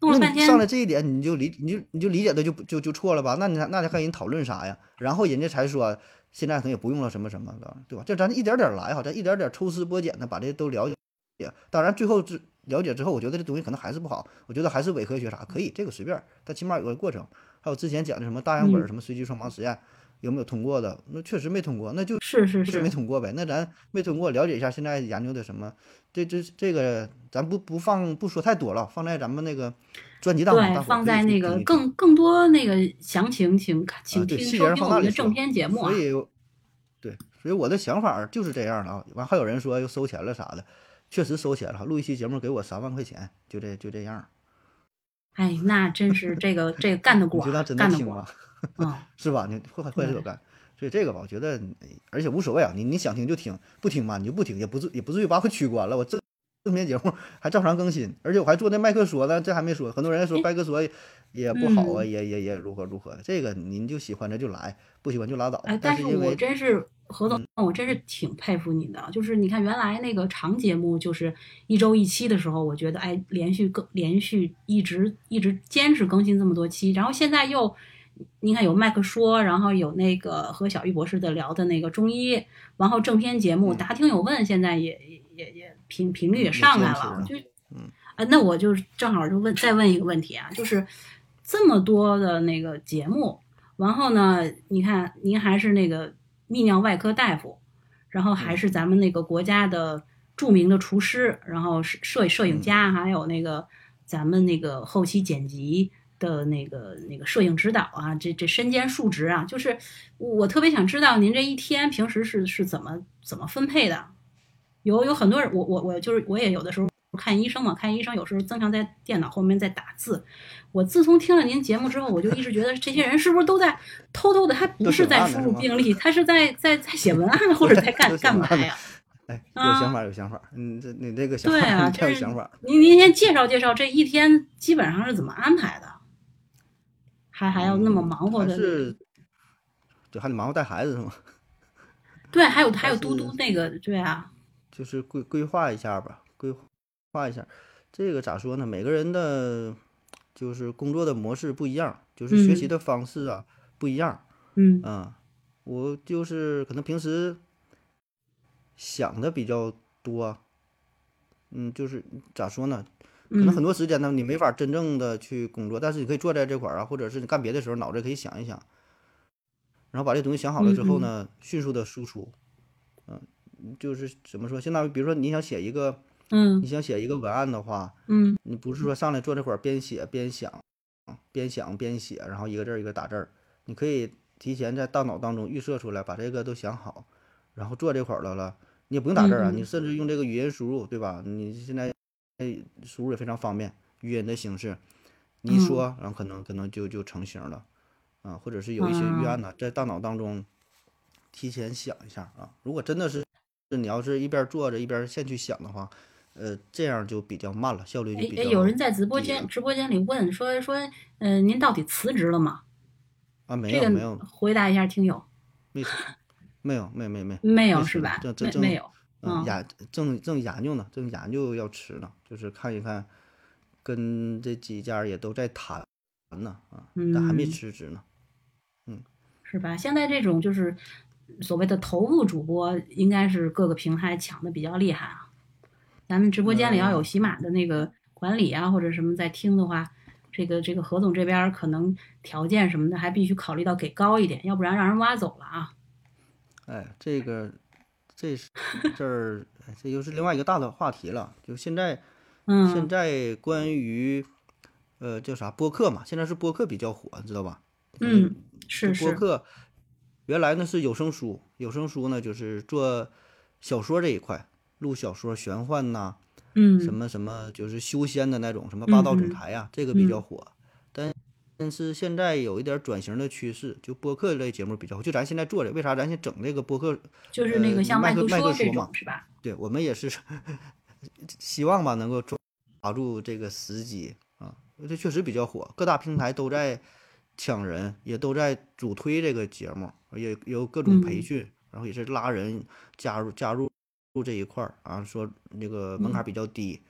弄了半天那你上来这一点，你就理你就你就理解的就就就错了吧？那你还那你还跟人讨论啥呀？然后人家才说现在可能也不用了什么什么的，对吧？就咱一点点来哈，咱一点点抽丝剥茧的把这些都了解。当然最后之了解之后，我觉得这东西可能还是不好，我觉得还是伪科学啥可以，这个随便，但起码有个过程。还有之前讲的什么大样本嗯什么随机双盲实验有没有通过的？那确实没通过，那就是是就是没是， 通过呗。那咱没通过，了解一下现在研究的什么。这这这个咱不不放不说太多了，放在咱们那个专辑当中， 对， 大伙儿可以放在那去听一听个更更多那个详情，请看啊。 请对，细节上听收听放那里说。 我们的正片节目啊。 所以对，所以我的想法儿就是这样的啊。完还有人说又收钱了啥的，确实收钱了，录一期节目给我三万块钱，就这就这样儿。 哎，那真是这个这个干得过啊， 你觉得真的干得过。 听吗？ 嗯， 是吧？你会会是有对， 干，所以这个吧，我觉得，而且无所谓啊，你你想听就听，不听嘛你就不听，也不至也不至于把我取关了。我这正片节目还照常更新，而且我还做那麦克说呢，这还没说，很多人说哎， 麦克说也不好啊， 嗯。 也也也如何如何的，这个您就喜欢的就来，不喜欢就拉倒。 哎，但是我但是因为真是何总，我真是挺佩服你的。就是你看，原来那个长节目就是一周一期的时候，我觉得哎，连续更连续一直一直坚持更新这么多期，然后现在又你看有麦克说，然后有那个和小玉博士的聊的那个中医，然后正片节目嗯答听有问，现在也也也也频频率也嗯也上来了，我坚持了， 就嗯啊，那我就正好就问再问一个问题啊，就是这么多的那个节目。然后呢，你看您还是那个泌尿外科大夫，然后还嗯是咱们那个国家的著名的厨师，然后是摄摄影嗯家，还有那个咱们那个后期剪辑的那个那个摄影指导啊，这这身兼数职啊，就是我特别想知道您这一天平时是是怎么怎么分配的？有有很多人，我我我就是我也有的时候看医生嘛，看医生有时候经常在电脑后面在打字。我自从听了您节目之后，我就一直觉得这些人是不是都在偷偷的，他不都写是在输文案呢是吗？ 入病历，他是在在在写文案或者在干都写文案呢。 干嘛呀？ 哎，有想啊， 法有想法，嗯，这你这个想法对啊， 你就是太有想法。 您您先介绍介绍这一天基本上是怎么安排的，还还要那么嗯， 忙活的那个， 还是对，还得忙活带孩子是吗？ 对，还有还有嘟还是嘟那个，对啊， 就是规规划一下吧，规划一下。这个咋说呢？每个人的就是工作的模式不一样，就是学习嗯的方式啊不一样。 嗯嗯，我就是可能平时想的比较多，嗯，就是咋说呢？可能很嗯多时间呢，你没法真正的去工作，但是你可以坐在这块儿啊，或者是你干别的时候，脑子也可以想一想，然后把这东西想好了之后嗯呢，迅速的输出。嗯，就是怎么说，相当于比如说你想写一个，你嗯想写一个文案的话， 嗯你不是说上来坐这块儿边写边想，边想边写，然后一个字儿一个打字儿，你可以提前在大脑当中预设出来，把这个都想好，然后做这块儿的了，你也不用打字儿啊，你嗯嗯甚至用这个语音输入，对吧？你现在哎输入也非常方便，语音的形式，你一嗯说，然后可能可能就就成型了啊，或者是有一些预嗯。 案呢，在大脑当中提前想一下啊。如果真的是是你要是一边做着一边现去想的话，呃，这样就比较慢了，效率就哎哎，有比较人在直播低了间直播间里问说说，呃，您到底辞职了吗？ 啊。没这个有没有回答一下听友， 没辞没有没没没没没辞呢， 有是吧？ 正正正没没有，嗯嗯研正正研究呢，正研究要辞呢，就是看一看，跟这几家也都在谈呢啊，但还没嗯， 辞职呢。嗯， 是吧？现在这种就是所谓的头部主播，应该是各个平台抢的比较厉害啊。咱们直播间里要有呃， 喜马的那个管理啊，或者什么在听的话，这个这个何总这边儿可能条件什么的还必须考虑到给高一点，要不然让人挖走了啊。 哎，这个这是这儿，哎这又是另外一个大的话题了。就现在现嗯在关于呃叫啥播客嘛，现在是播客比较火，知道吧？可能嗯， 就是播是， 客原来呢是有声书，有声书呢就是做小说这一块，录小说玄幻呐、什嗯么什么就是修仙的那种，什么霸道总嗯嗯裁呀、这个比较嗯， 火。但但是现在有一点儿转型的趋势，就播客类节目比较火。就咱现在做的，为啥咱先整这个播客？ 就是那呃， 个像麦麦克麦克说这克说嘛， 种是吧？ 对我们也是希望吧，能够抓住这个时机啊，这确实比较火，各大平台都在抢人，也都在主推这个节目，也有各种培嗯训，然后也是拉人加入加入入这一块儿啊，说那个门槛儿嗯比较低，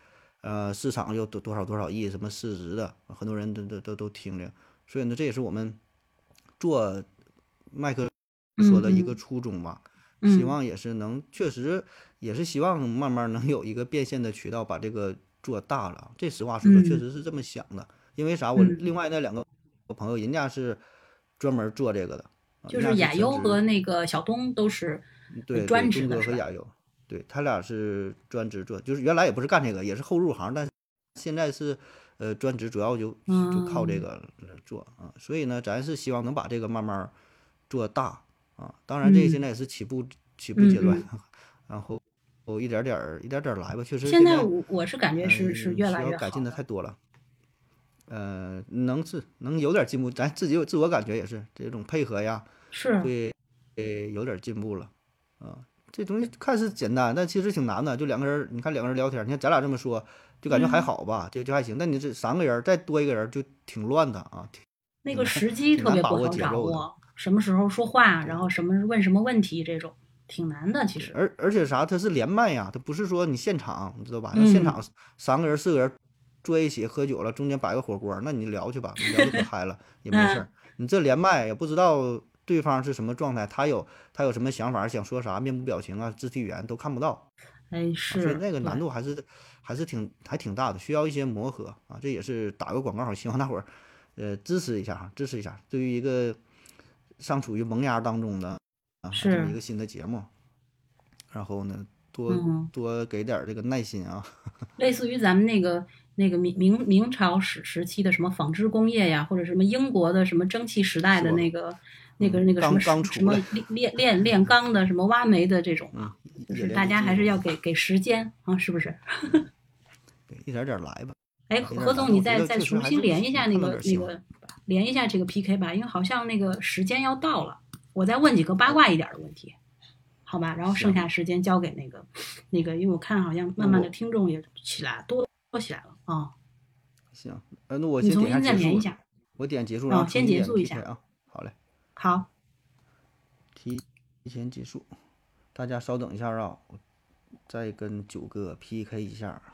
呃，市场有多多少多少亿什么市值的，很多人都都都都听着，所以呢，这也是我们做麦克说的一个嗯初衷吧。希嗯望也是能，确实也是希望慢慢能有一个变现的渠道，把这个做大了。这实话实说，确嗯实是这么想的。因为啥？我嗯， 另外那两个朋友，人家是专门做这个的啊，人家是就是亚全职。 优和那个小东都是呃对对， 专东职的是吧？ 哥和亚优，对他俩是专职做，就是原来也不是干这个，也是后入行，但是现在是呃专职，主要就就靠这嗯个呃做啊。所以呢，咱是希望能把这个慢慢做大啊。当然，这个现嗯在也是起步起步阶段， 嗯嗯。 然后我一点点儿一点点儿来吧。确实现现在在我我是感觉是是嗯、 越来需要改进越好的， 的太多了。呃，能是能有点进步，咱自己有自我感觉也是这种配合呀， 是， 会呃有点进步了啊。这东西看似简单，但其实挺难的。就两个人，你看两个人聊天，你看咱俩这么说，就感觉还嗯， 好吧，就就还行。但你这三个人再多一个人就挺乱的啊，挺那个挺难时机挺难把握特别不好节奏的。 掌握，什么时候说话，然对后什么问什么问题，这种挺难的，其对， 实。 而而且啥，它是连麦呀，它不是说你现场，你知道吧？要现嗯， 场三个人四个人坐一起喝酒了，中间摆个火锅，那你聊去吧，你聊得可嗨了也没事嗯， 儿。你这连麦也不知道对方是什么状态，他有他有什么想法，想说啥，面部表情啊、肢体语言都看不到哎， 啊，所以是， 那个对， 难度还是还是挺还挺大的，需要一些磨合啊。这也是打个广告，希望大伙儿呃支持一下哈，支持一下。对于一个尚处于萌芽当中的啊这么一是， 个新的节目，然后呢，多嗯， 多给点儿这个耐心啊。 类似于咱们那个那个明明明朝时时期的什么纺织工业呀，或者什么英国的什么蒸汽时代的说， 那个那个嗯， 那个什么刚什什么刚出来， 炼炼炼炼钢的，什么挖煤的这种嗯， 啊，就冶是大家还炼的技术， 是要给给时间啊，是不是？ 对，一点儿点儿来吧， 哎， 啊，一何何总， 点儿来。但我觉你再得确实还再重新是能连一下那看到点儿希望。 个那个，连一下这个 P K 吧，因为好像那个时间要到了，我再问几个八卦一点儿的问题，好吧？然后剩行， 下时间交给那个那个，因为我看好像那慢慢的我听众也起来多多起来了啊， 行，呃，那我先点一下你重新再结束， 连一下我点结束，然啊， 后重先新点结束一 P K 下， 啊。好嘞， 好， 提提前结束，大家稍等一下啊，我再跟九哥 P K 一下。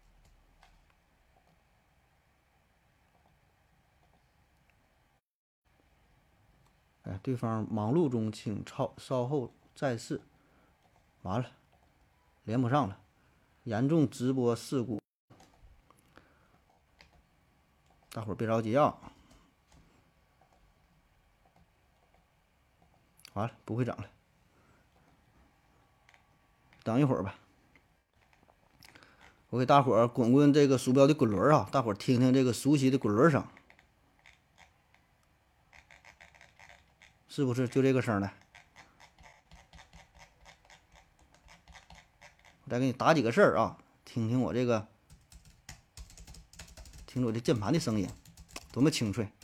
哎，对方忙碌中，请稍稍后再试。完了，连不上了，严重直播事故，大伙儿别着急啊。完了，不会整了，等一会儿吧。我给大伙儿滚滚这个鼠标的滚轮儿啊，大伙儿听听这个熟悉的滚轮声，是不是就这个声儿呢？我再给你打几个事儿啊，听听我这个，听着我这键盘的声音，多么清脆。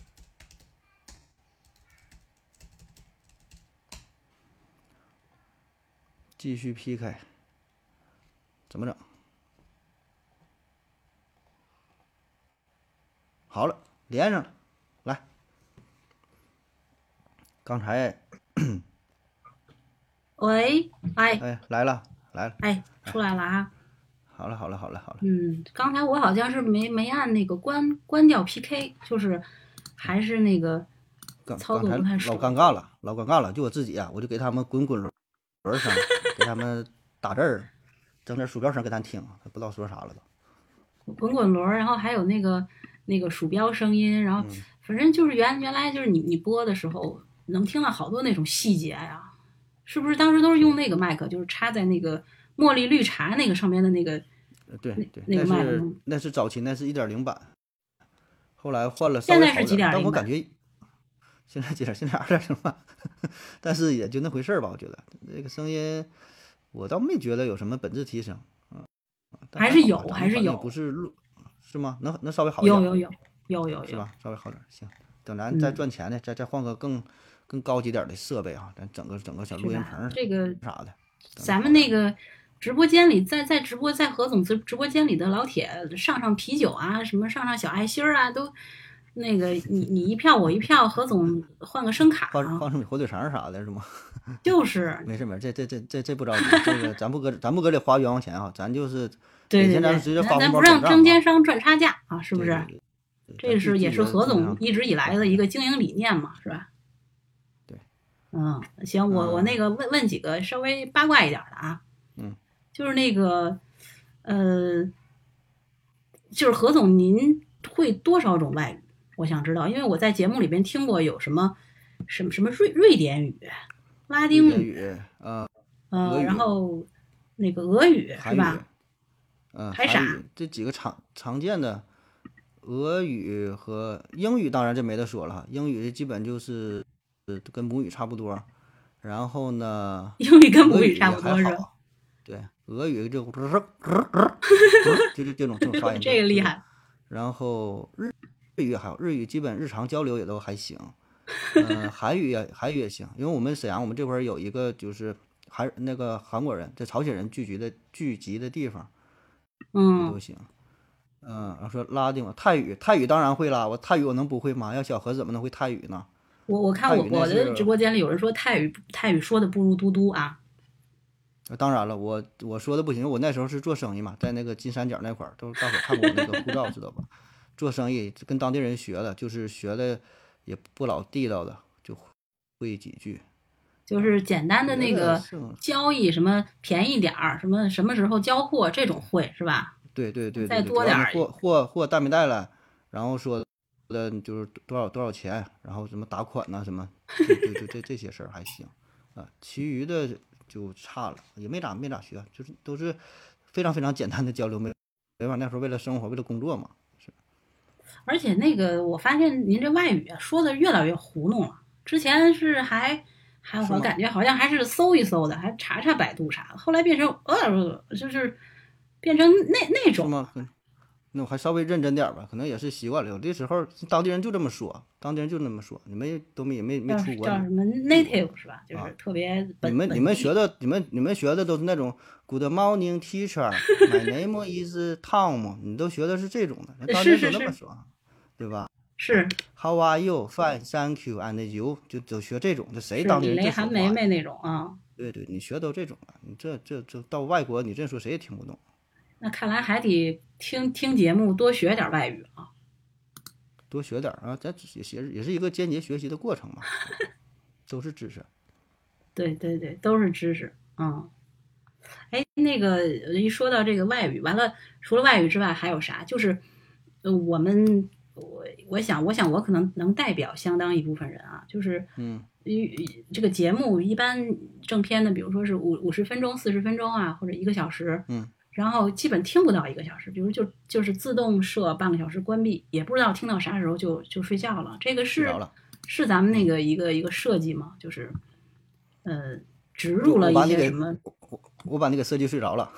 继续 P K， 怎么整？好了，连上了，来，刚才喂，哎哎来了来了， 哎，出来了啊， 好了好了好了好了， 嗯，刚才我好像是没没按那个关关掉 P K，就是还是那个操刚刚才作不太熟， 老尴尬了，老尴尬了，就我自己啊，我就给他们滚滚轮轮声，给他们打字儿，整点鼠标声给咱听，不知道说啥了都。 滚滚轮儿，然后还有那个那个鼠标声音，然后嗯， 反正就是原原来就是你你播的时候能听到好多那种细节呀，是不是当时都是用那个麦克，就是插在那个茉莉绿茶那个上面的那个呃对那对， 那那是个麦克风？ 那是早期那是一点零版，后来换了稍现在是几微好点儿， 点零版？ 但我感觉现在几点？现在二点零版，但是也就那回事儿吧，我觉得这个声音我倒没觉得有什么本质提升，嗯，但还是有， 还好吧，咱还是们反正也不有， 是录，是吗？能能稍微好一点儿， 有有有有有有， 是吧？稍微好点儿，行。等咱再嗯， 赚钱呢，再再换个更更高级点儿的设备啊，咱整个整个小是吧？ 录音棚这个啥的，整咱好点儿。 们那个直播间里，在在直播在何总直直播间里的老铁上上啤酒啊，什么上上小爱心儿啊，都那个你你一票我一票，何总换个声卡换啊， 换成火腿肠啥的是吗？ 就是没事没事，这这这这这不着急，这个咱不搁咱不搁这花冤枉钱啊，咱就是对对以前咱对， 直接发咱咱红包不让中转账嘛， 间商赚差价啊，是不是？ 对对对对， 这是也是何总一直以来的一个个经营理念嘛，是吧？ 对， 嗯，行，我我那个问问几个稍微八卦一点的啊， 嗯， 就是那个呃，就是何总您会多少种外语？我想知道，因为我在节目里边听过有什么什么什么瑞瑞典语、拉丁语， 语啊， 呃， 俄语然后那个俄语是韩语吧？ 嗯， 还啥韩语这几个常常见的，俄语和英语当然这没得说了哈，英语基本就是呃跟母语差不多，然后呢， 英语跟母俄语语差不也还多是吧？ 好，对，俄语就就是这种这种发音， 这个厉害。 然后日日语还有日语基本日常交流也都还行，嗯、韩语也韩语也行，因为我们沈阳我们这块儿有一个就是韩那个韩国人，这朝鲜人聚集的聚集的地方。也嗯都，行。嗯，然后说拉丁文、泰语，泰语当然会啦，我泰语我能不会吗？要小何怎么能会泰语呢？ 我我看泰语那我我的是直播间里有人说泰语泰语说的不如嘟嘟啊， 呃当然了，我我说的不行，我那时候是做生意嘛，在那个金三角那块儿，都大伙儿看过我那个护照知道吧？做生意跟当地人学的，就是学的也不老地道的，就会几句。 就是简单的那别的个是交易，什么便宜点儿，什么什么时候交货这种会是吧？ 对对对再对对，主要是多点儿货货货带没带来，然后说的就是多少多少钱，然后什么打款呐、什么，就就就这这些事儿还行啊，其余的就差了，也没咋没咋学，就是都是非常非常简单的交流，没没法那时候为了生活为了工作嘛， 而且那个我发现您这外语啊说的越来越糊弄了，之前是还还是吗我感觉好像还是搜一搜的，还查查百度啥的，后来变成呃就是变成那那种是吗？嗯那我还稍微认真点儿吧，可能也是习惯了，有的时候当地人就这么说，当地人就那么说，你们都没没没叫出国，你叫什么 native 是吧？就是啊特别本你们本地你们学的你们你们学的都是那种 Good morning teacher, my name is Tom，你都学的是这种的，人当地人是是是都那么说，对吧是 ？How are you? Fine, thank you, and you 就都学这种，这谁是当地李雷、 人这说话韩梅梅呀？ 那种啊。 对对，你学都这种了，你这这这到外国你这说谁也听不懂， 那看来还得听听节目，多学点外语啊。 多学点儿啊，咱也也也是一个间接学习的过程嘛，都是知识。 对对对，都是知识。嗯，哎，那个一说到这个外语，完了，除了外语之外还有啥？就是呃，我们我我想我想我可能能代表相当一部分人啊，就是嗯一这个节目一般正片的，比如说是五五十分钟、四十分钟啊，或者一个小时， 嗯， 然后基本听不到一个小时，比如就就是自动设半个小时关闭，也不知道听到啥时候就就睡觉了。这个是睡着了是咱们那个一个一个设计吗？就是呃植我入了我把你给一些什么？ 我我把你给设计睡着了。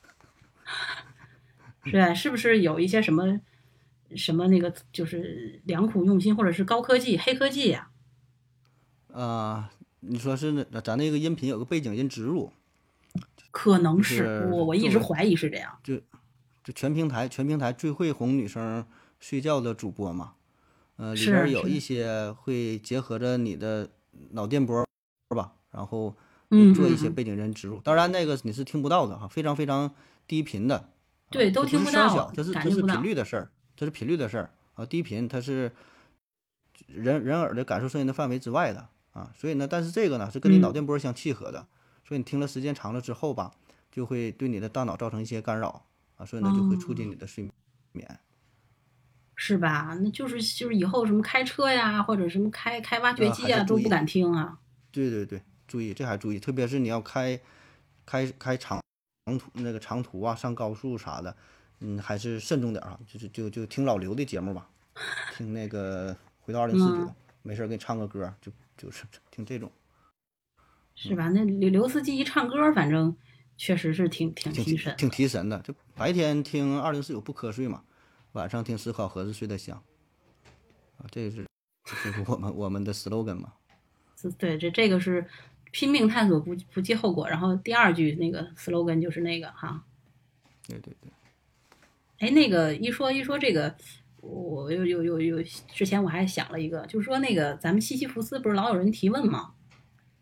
是吧？是不是有一些什么什么那个就是良苦用心，或者是高科技、黑科技呀、 啊、你说是那咱那个音频有个背景音植入， 可能就是我我一直作为怀疑是这样。 就全平台全平台最会哄女生睡觉的主播嘛，呃，里是是边儿有一些会结合着你的脑电波吧，然后嗯做一嗯嗯些背景音植入。当然那个你是听不到的哈，非常非常低频的， 对都啊这不听不到是声小，这是这是感觉不到频率的事儿，这是频率的事儿啊，低频它是人人耳的感受声音的范围之外的啊，所以呢，但是这个呢是跟你脑嗯电波相契合的，所以你听了时间长了之后吧，就会对你的大脑造成一些干扰啊，所以呢就会促进你的睡眠。 是吧？那就是就是以后什么开车呀，或者什么开开挖掘呃机啊， 还是注意都不敢听啊。 对对对，注意这还注意，特别是你要开开开长长途那个长途啊，上高速啥的，嗯，还是慎重点儿啊，就是就就听老刘的节目吧，听那个回到二零四九嗯， 没事儿给你唱个歌儿，就就是听这种， 是吧？那刘刘司机一唱歌，反正确实是挺挺挺提神。 挺提神的。就白天听二零四九不瞌睡嘛，晚上听思考盒子睡得香啊，这是这是我们我们的 slogan 嘛。 是对，这这个是拼命探索不不计后果。然后第二句那个 slogan 就是那个哈， 对对对， 哎，那个一说一说这个，我有有有有，之前我还想了一个，就是说那个咱们西西弗斯不是老有人提问吗？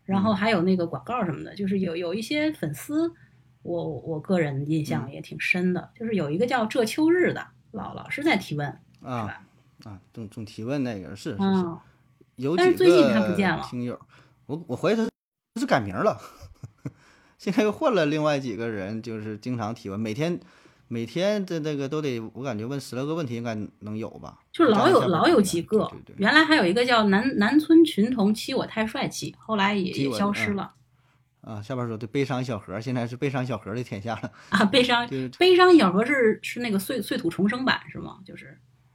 然后嗯还有那个广告什么的，就是有有一些粉丝，我我个人印象嗯也挺深的，就是有一个叫这秋日的老老是在提问，是啊吧？ 啊，总总提问那个是是是， 嗯， 有几但是最近他不见了个听友，我我怀疑他是改名了，现在又换了另外几个人，就是经常提问，每天每天的那个都得，我感觉问十来个问题应该能有吧？ 就是老加上下班有老有时间几个， 对对对， 原来还有一个叫南南村群童欺我太帅气，后来也也提我嗯消失了啊，下边说对悲伤小盒，现在是悲伤小盒的天下了， 啊。悲伤就是悲伤小河是是那个碎碎土重生版是吗？就是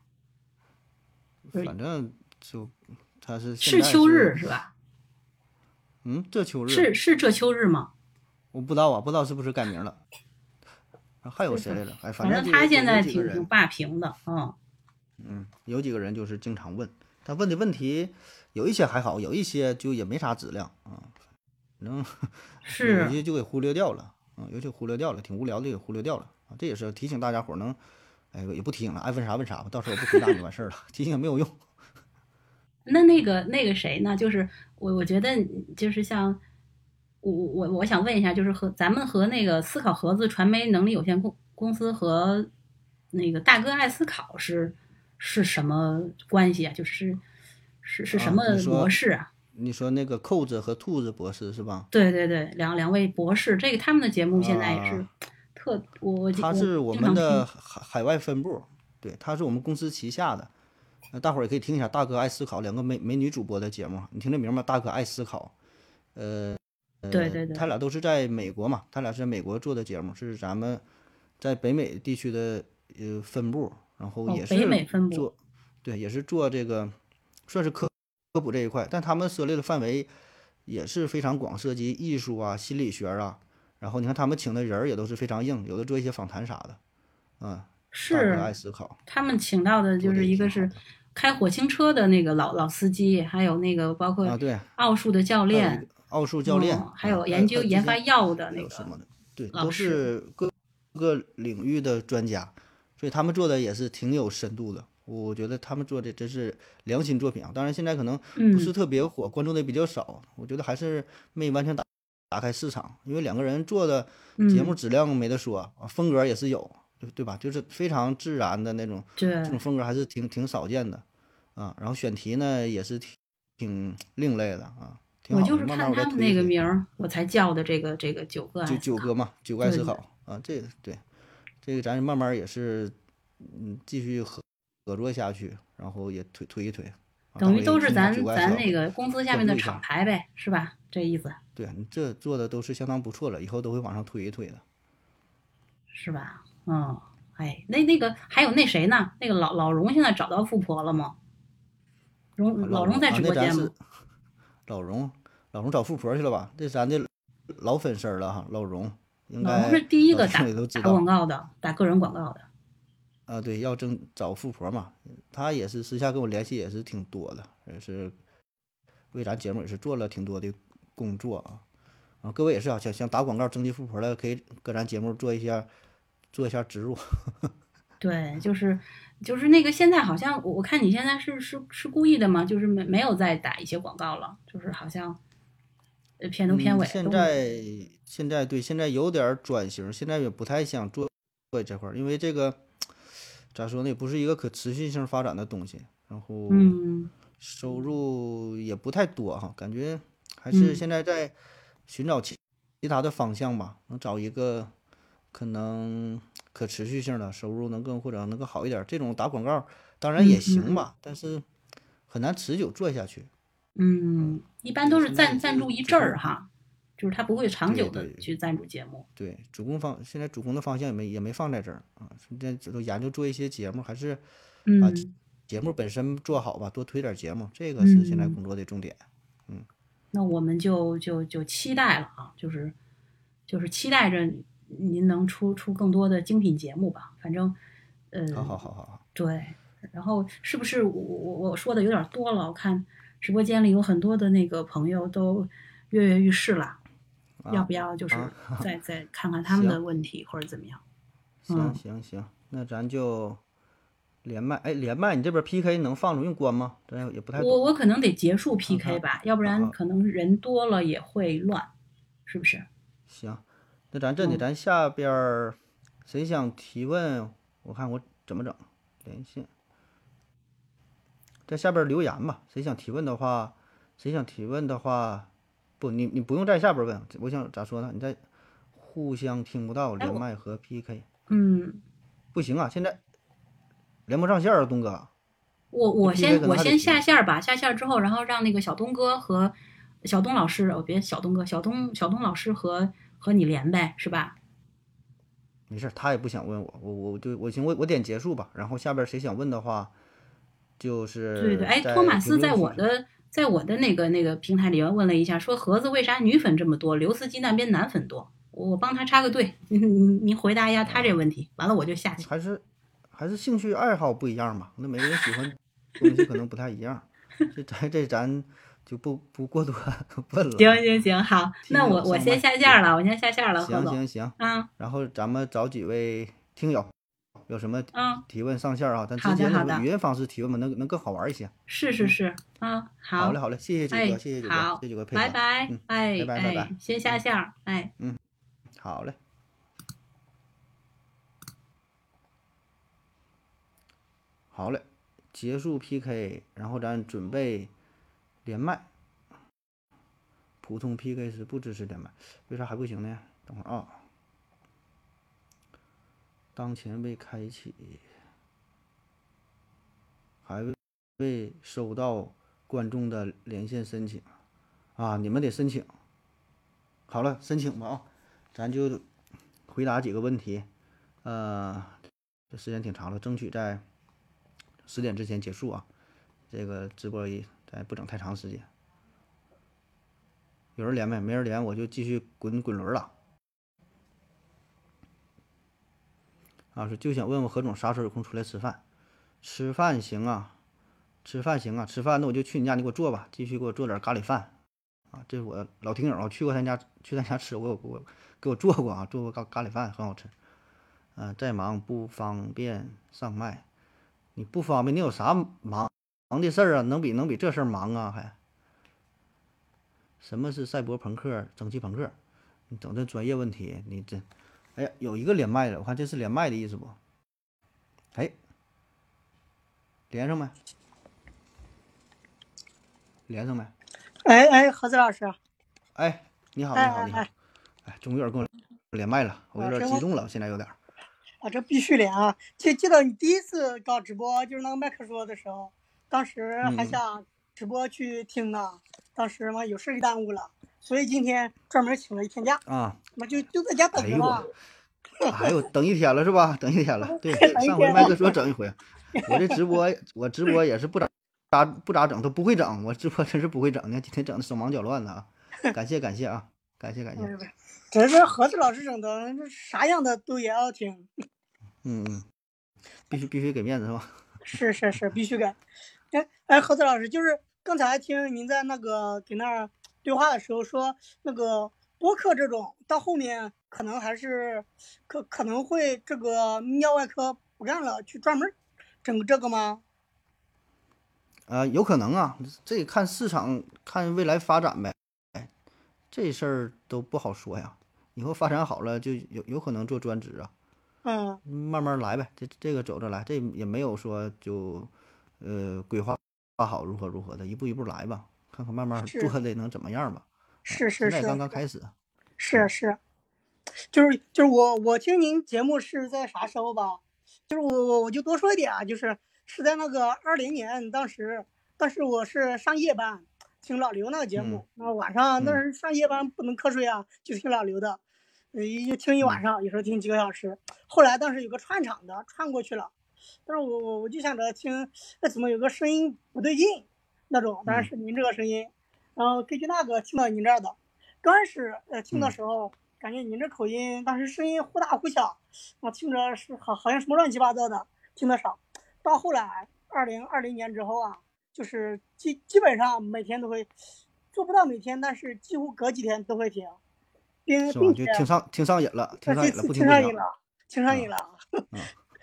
就是反正就他是现是秋在是日是吧？ 嗯，这秋日是是这秋日吗？ 我不知道啊，不知道是不是改名了。还有谁来着？哎， 反正就有正他现在有几个人， 挺挺霸屏的，嗯。 嗯，有几个人就是经常问，他问的问题有一些还好，有一些就也没啥质量啊，反正有是， 些就给忽略掉了，啊，有些忽略掉了，挺无聊的给忽略掉了啊。这也是提醒大家伙儿能，哎，也不提醒了，爱问啥问啥吧，到时候我不回答你就完事儿了，提醒也没有用。 那那个那个谁呢？就是我我觉得就是像我我我想问一下，就是和咱们和那个思考盒子传媒能力有限公公司和那个大哥爱思考是是什么关系啊？就是是是什啊， 么你说模式啊？ 你说那个扣子和兔子博士是吧？ 对对对，两两位博士，这个他们的节目现在也是啊， 特我我他我是我们经常听的海海外分部，对，他是我们公司旗下的。那大伙儿也可以听一下大哥爱思考两个美美女主播的节目，你听这名儿吗？大哥爱思考， 对对对他俩都是在美国嘛，他俩是在美国做的节目，是咱们在北美地区的呃分部，然后哦，北也是美分部做，对，也是做这个算是科科普这一块，但他们涉猎的范围也是非常广，涉及艺术啊、心理学啊，然后你看他们请的人儿也都是非常硬，有的做一些访谈啥的，嗯，大哥爱是思考他们请到的就做的也是一个是挺好的开火星车的那个老老司机，还有那个包括啊，对， 奥数的教还有一个练， 奥数教练嗯，还啊，还有有研究还有之前研发药物的还那个有什么的，对，都老师。 是各个领域的专家，所以他们做的也是挺有深度的。我觉得他们做的真是良心作品啊！当然现在可能不是嗯特别火，关注的比较少，我觉得还是没完全打打开市场，因为两个人做的节目嗯， 质量没得说啊，风格也是有，对对吧？就是非常自然的那种，这种对， 风格还是挺挺少见的啊。然后选题呢也是挺挺另类的啊，挺我好的。 就是看慢慢我再他们那个推一推。 名儿，我才叫的这个这个九个九爱思考。 九哥嘛，九个爱对对， 思考啊，这个对，这个咱慢慢也是，嗯，继续合合作下去，然后也推推一推啊，大等于伙儿也听一下九都是咱个爱思考， 咱那个公司下面的厂关注一下， 牌呗，是吧？这意思对你这做的都是相当不错了，以后都会往上推一推的。 是吧？嗯，哎，那那个还有那谁呢？那个老老荣现在找到富婆了吗？ 啊， 荣老荣在老荣啊， 直播间吗？ 那咱是老荣，老荣找富婆去了吧？这是咱的老粉丝儿了哈，老荣应老荣该是第一老听个打众也都知道打广告的，打个人广告的。 啊，对，要争找富婆嘛，他也是私下跟我联系也是挺多的，也是为咱节目也是做了挺多的工作啊。啊，各位也是啊，想想打广告征集富婆的，可以搁咱节目做一下做一下植入。 对，就是就是那个现在好像我我看你现在是是是故意的吗？就是没没有再打一些广告了，就是好像呃片头片嗯， 尾都没有。 现在现在对，现在有点儿转型，现在也不太想做做这块儿，因为这个咋说呢，也不是一个可持续性发展的东西，然后嗯收入也不太多哈，感觉还是嗯现在在寻找其其他的方向吧，能找一个可能可持续性的收入能更或者能更好一点儿，这种打广告当然也嗯嗯嗯行吧，但是很难持久做下去。 嗯，一般对， 都是现在也赞赞助一是主攻， 阵儿哈，就是他不会长久的对对去赞助节目。 对，主攻方现在主攻的方向也没也没放在这儿啊，现在只都研究做一些节目，还是把节嗯节目本身做好吧，多推点儿节目，这个是现在嗯， 工作的重点。 那我们就就就期待了啊，就是就是期待着您能出出更多的精品节目吧。反正，呃， 好好好好好对，然后是不是我我我说的有点多了？我看直播间里有很多的那个朋友都跃跃欲试了，要啊不要就是啊， 再再看看他们的行问题或者怎么样？ 行嗯， 行行，那咱就连麦，哎，连麦，你这边 P K 能放出用关吗？这也不太懂。 我我可能得结束 P K 吧，要不然啊可能人多了也会乱，是不是？ 行，那咱这里， 嗯， 咱下边儿谁想提问？我看我怎么整，连线，在下边儿留言吧。谁想提问的话，谁想提问的话，不，你你不用在下边儿问，我想咋说呢？你在互相听不到哎我连麦和 P K 嗯， 不行啊，现在连不上线儿啊，东哥。这我我 P K 可能先我先还得提呢。 下线儿吧，下线儿之后，然后让那个小东哥和小东老师，哦别小东哥，小东小东老师和和你连呗，是吧？ 没事儿，他也不想问我，我我就我行，我我点结束吧。然后下边儿谁想问的话，就对对对，哎，托是在马斯在评论区。 我的在我的那个那个平台里面问了一下，说盒子为啥女粉这么多，刘司机那边男粉多？我帮他插个队，您您回答一下他这个问题，完了我就下去。 还是还是兴趣爱好不一样嘛，那每个人喜欢东西可能不太一样。这咱这咱就不不过多问了行啊。 行行，好， 听友那我我先上麦，对， 下线了，我先下线了，何总。 行行行， 啊， 然后咱们找几位听友，有什么嗯， 提问上线啊？咱好直接那的好的， 种语音方式提问嘛，能能更好玩一些。嗯， 是是是，啊，好， 好嘞好嘞，谢谢九哥， 哎， 谢谢九哥， 好， 谢谢九哥配合。 拜拜， 嗯，拜哎拜拜拜。 哎，先下嗯线儿，哎。 嗯，好嘞好嘞，结束 P K，然后咱准备连麦。普通 P K 是不支持连麦，为啥还不行呢？等会儿啊，当前未开启，还未收到观众的连线申请啊，你们得申请。好了，申请吧啊，咱就回答几个问题。呃，这时间挺长了，争取在十点之前结束啊。这个直播一咱不整太长时间。有人连没？没人连，我就继续滚滚轮了。啊，说就想问问何总啥时候有空出来吃饭？吃饭行啊，吃饭行啊，吃饭那我就去你家，你给我做吧，继续给我做点咖喱饭。啊，这是我老听友，我去过他家，去他家吃过，我我给我做过啊，做过咖咖喱饭，很好吃。嗯、呃，再忙不方便上麦，你不方便，你有啥忙忙的事儿啊？能比能比这事儿忙啊？还什么是赛博朋克、蒸汽朋克？你整这专业问题，你这，哎呀，有一个连麦的，我看这是连麦的意思不？哎，连上没？连上没？ 哎哎，何子老师， 哎，你好，你好，你好， 哎哎哎， 哎，终于有人跟我连麦了，我有点激动了，现在有点。 啊，这必须连啊！记记得你第一次搞直播，就是那个麦克说的时候，当时还嗯想直播去听呢，当时嘛有事给耽误了，所以今天专门请了一天假， 啊， 那就就在家等哎呦着了。 我，哎呦，等一天了是吧？等一天了，对， 等一上回天了。 麦克说整一回，我这直播我直播也是不咋咋不咋整，都不会整，我直播真是不会整，你看今天整的手忙脚乱的啊，感谢感谢啊，感谢感谢， 嗯，这是何子老师整的，这啥样的都也要听。 嗯嗯，必须必须给面子是吧？ 是是是，必须改。哎哎，何子老师，就是刚才听您在那个给那儿对话的时候说，那个播客这种到后面可能还是可可能会这个泌尿外科不干了，去专门整个这个吗？ 啊、有可能啊，这看市场看未来发展呗，哎，这事儿都不好说呀，以后发展好了就有有可能做专职啊。 嗯， 慢慢来呗，这这个走着来，这也没有说就呃规划好如何如何的，一步一步来吧，看看慢慢是做的能怎么样吧。啊， 是是现在也是刚刚开始。嗯是是，就是就是我我听您节目是在啥时候吧？就是我我我就多说一点啊，就是是在那个二零年，当时当时我是上夜班听老刘那个节嗯目，那晚上那嗯是上夜班不能瞌睡啊，就听老刘的，呃，就听一晚嗯上，有时候听几个小时。后来当时有个串场的串过去了，但是我我我就想着听，哎，怎么有个声音不对劲那种，当然嗯是您这个声音，然后根据那个听到您这儿的，刚开始呃听的嗯时候。感觉您这口音，当时声音忽大忽小，我听着是好好像什么乱七八糟的，听得少。到后来二零二零年之后啊，就是基基本上每天都会，做不到每天，但是几乎隔几天都会听，并是吧？ 并且就听上听上瘾了，听上瘾了， 呃听不听不行。 听上瘾了，听上瘾嗯了。 嗯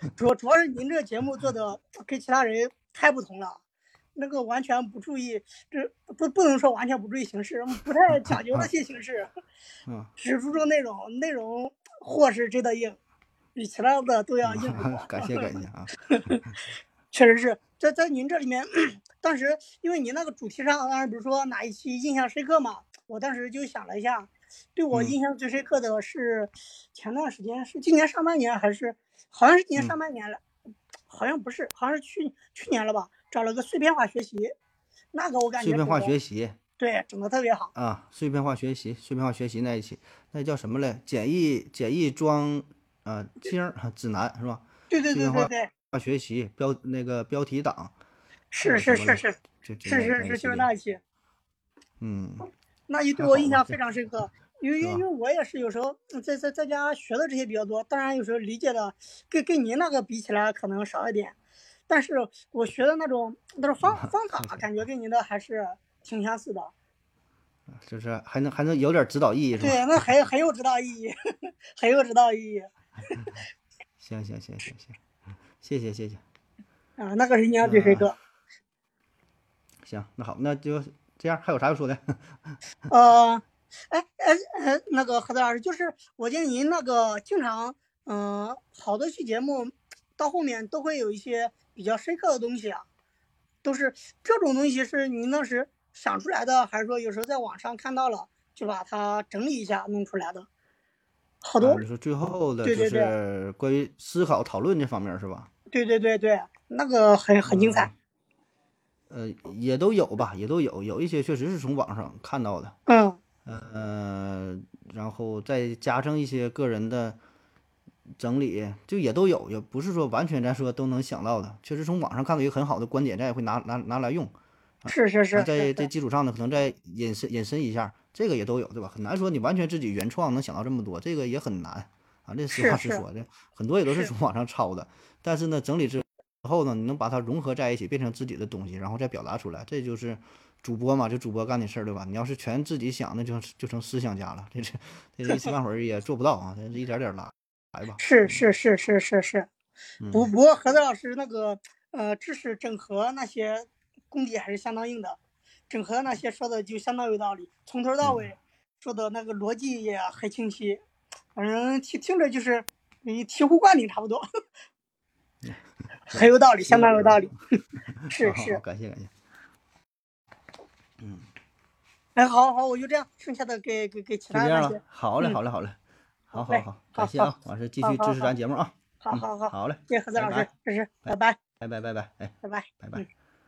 主要主要是您这个节目做的跟其他人太不同了，那个完全不注意，这不不能说完全不注意形式，不太讲究那些形式， 嗯， 只注重内容，内容货是真的硬，比其他的都要硬得多。 感谢感谢啊。 确实是在在您这里面，当时因为您那个主题上，当时比如说哪一期印象深刻嘛，我当时就想了一下，对我印象最深刻的是前段时间是今年上半年还是好像是今年上半年了，嗯、好像不是，好像是去去年了吧，找了个碎片化学习，那个我感觉碎片化学习， 对，整的特别好啊，碎片化学习，碎片化学习那一期，那叫什么来？简易简易装啊星指南是吧？ 对对对对对。 化学习标那个标题党， 是是是是是是是是就是那一期， 嗯， 那一对我印象非常深刻，因为因为我也是有时候在在在家学的这些比较多，当然有时候理解的跟跟您那个比起来可能少一点，但是我学的那种那种方方法感觉跟您的还是挺相似的， 就是还能还能有点指导意义是吧？ 对，那很很有指导意义，很有指导意义。 行行行行行。谢谢谢谢， 啊，那个是印象最深刻。 行，那好，那就这样。还有啥要说的？ 呃，哎哎哎，那个何子老师，就是我见您那个经常，嗯、呃，好多期节目到后面都会有一些比较深刻的东西啊，都是这种东西是您当时想出来的，还是说有时候在网上看到了就把它整理一下弄出来的？好多， 啊、你说最后的对对就是关于思考讨论这方面是吧？ 对对对对，那个很很精彩。 呃，也都有吧，也都有，有一些确实是从网上看到的。 嗯。 呃，然后再加上一些个人的整理，就也都有，也不是说完全咱说都能想到的。确实从网上看到一个很好的观点，咱也会拿拿拿来用。 是是是。 在这基础上呢，可能再引申引申一下，这个也都有，对吧？很难说你完全自己原创能想到这么多，这个也很难啊。这实话实说，这很多也都是从网上抄的。但是呢，整理之后呢，你能把它融合在一起，变成自己的东西，然后再表达出来，这就是主播嘛，就主播干的事儿，对吧？你要是全自己想，那就就成思想家了，这是这一时半会儿也做不到啊，这是一点点来来吧。 是是是是是是，不不过何子老师那个呃知识整合那些功底还是相当硬的，整合那些说的就相当有道理，从头到尾说的那个逻辑也很清晰，反正听听着就是你醍醐灌顶差不多。很有道理，相当有道理。是是， 感谢感谢。嗯， 哎，好好，我就这样，剩下的给给给其他那些。 好嘞，好嘞，好嘞，好好好，感谢啊，完事继续支持咱节目啊。 好好好， 好嘞， 谢谢何子老师，支持，拜拜， 拜拜拜拜，哎， 拜拜拜拜。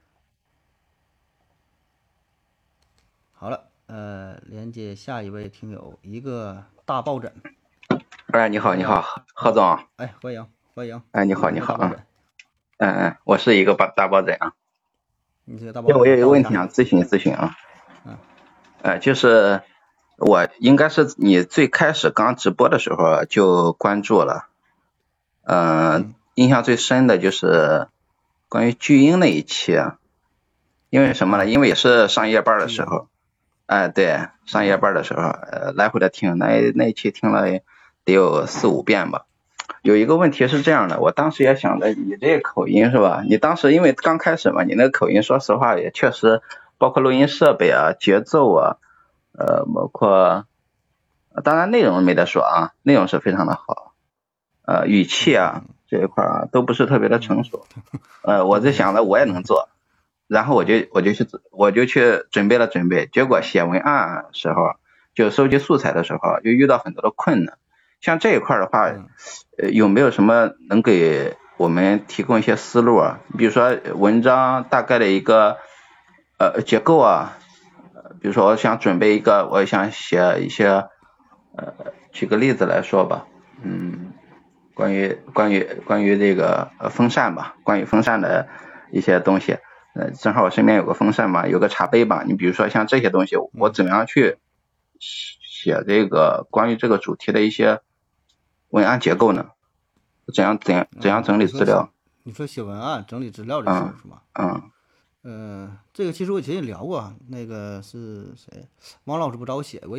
好了，呃，连接下一位听友，一个大抱枕。 哎，你好，你好，何总。 哎，欢迎欢迎。 哎，你好，你好啊。嗯嗯，我是一个大大抱枕啊。 你这个大抱枕。 我有一个问题想咨询咨询啊。 嗯。 呃，就是我应该是你最开始刚直播的时候就关注了，呃、嗯，印象最深的就是关于巨婴那一期，因为什么呢？因为也是上夜班的时候，哎，对，上夜班的时候，呃，来回的听那那一期听了得有四五遍吧。有一个问题是这样的，我当时也想着你这个口音是吧？你当时因为刚开始嘛，你那个口音说实话也确实，包括录音设备啊、节奏啊，呃，包括，当然内容没得说啊，内容是非常的好，呃，语气啊这一块啊都不是特别的成熟，呃，我在想着我也能做，然后我就我就去我就去准备了准备，结果写文案时候就收集素材的时候就遇到很多的困难。像这一块的话，呃，有没有什么能给我们提供一些思路啊？比如说文章大概的一个呃结构啊，比如说我想准备一个，我想写一些，呃，举个例子来说吧，嗯，关于关于关于这个风扇吧，关于风扇的一些东西，呃，正好我身边有个风扇嘛，有个茶杯吧，你比如说像这些东西，我怎么样去写这个关于这个主题的一些文案结构呢？怎样怎样怎样整理资料？ 你说写文案整理资料的事儿是吗？ 嗯。 呃，这个其实我以前也聊过，那个是谁？王老师不找我写过，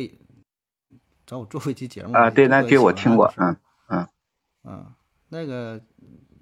找我做过一期节目啊？对，那句我听过，嗯嗯嗯，那个嗯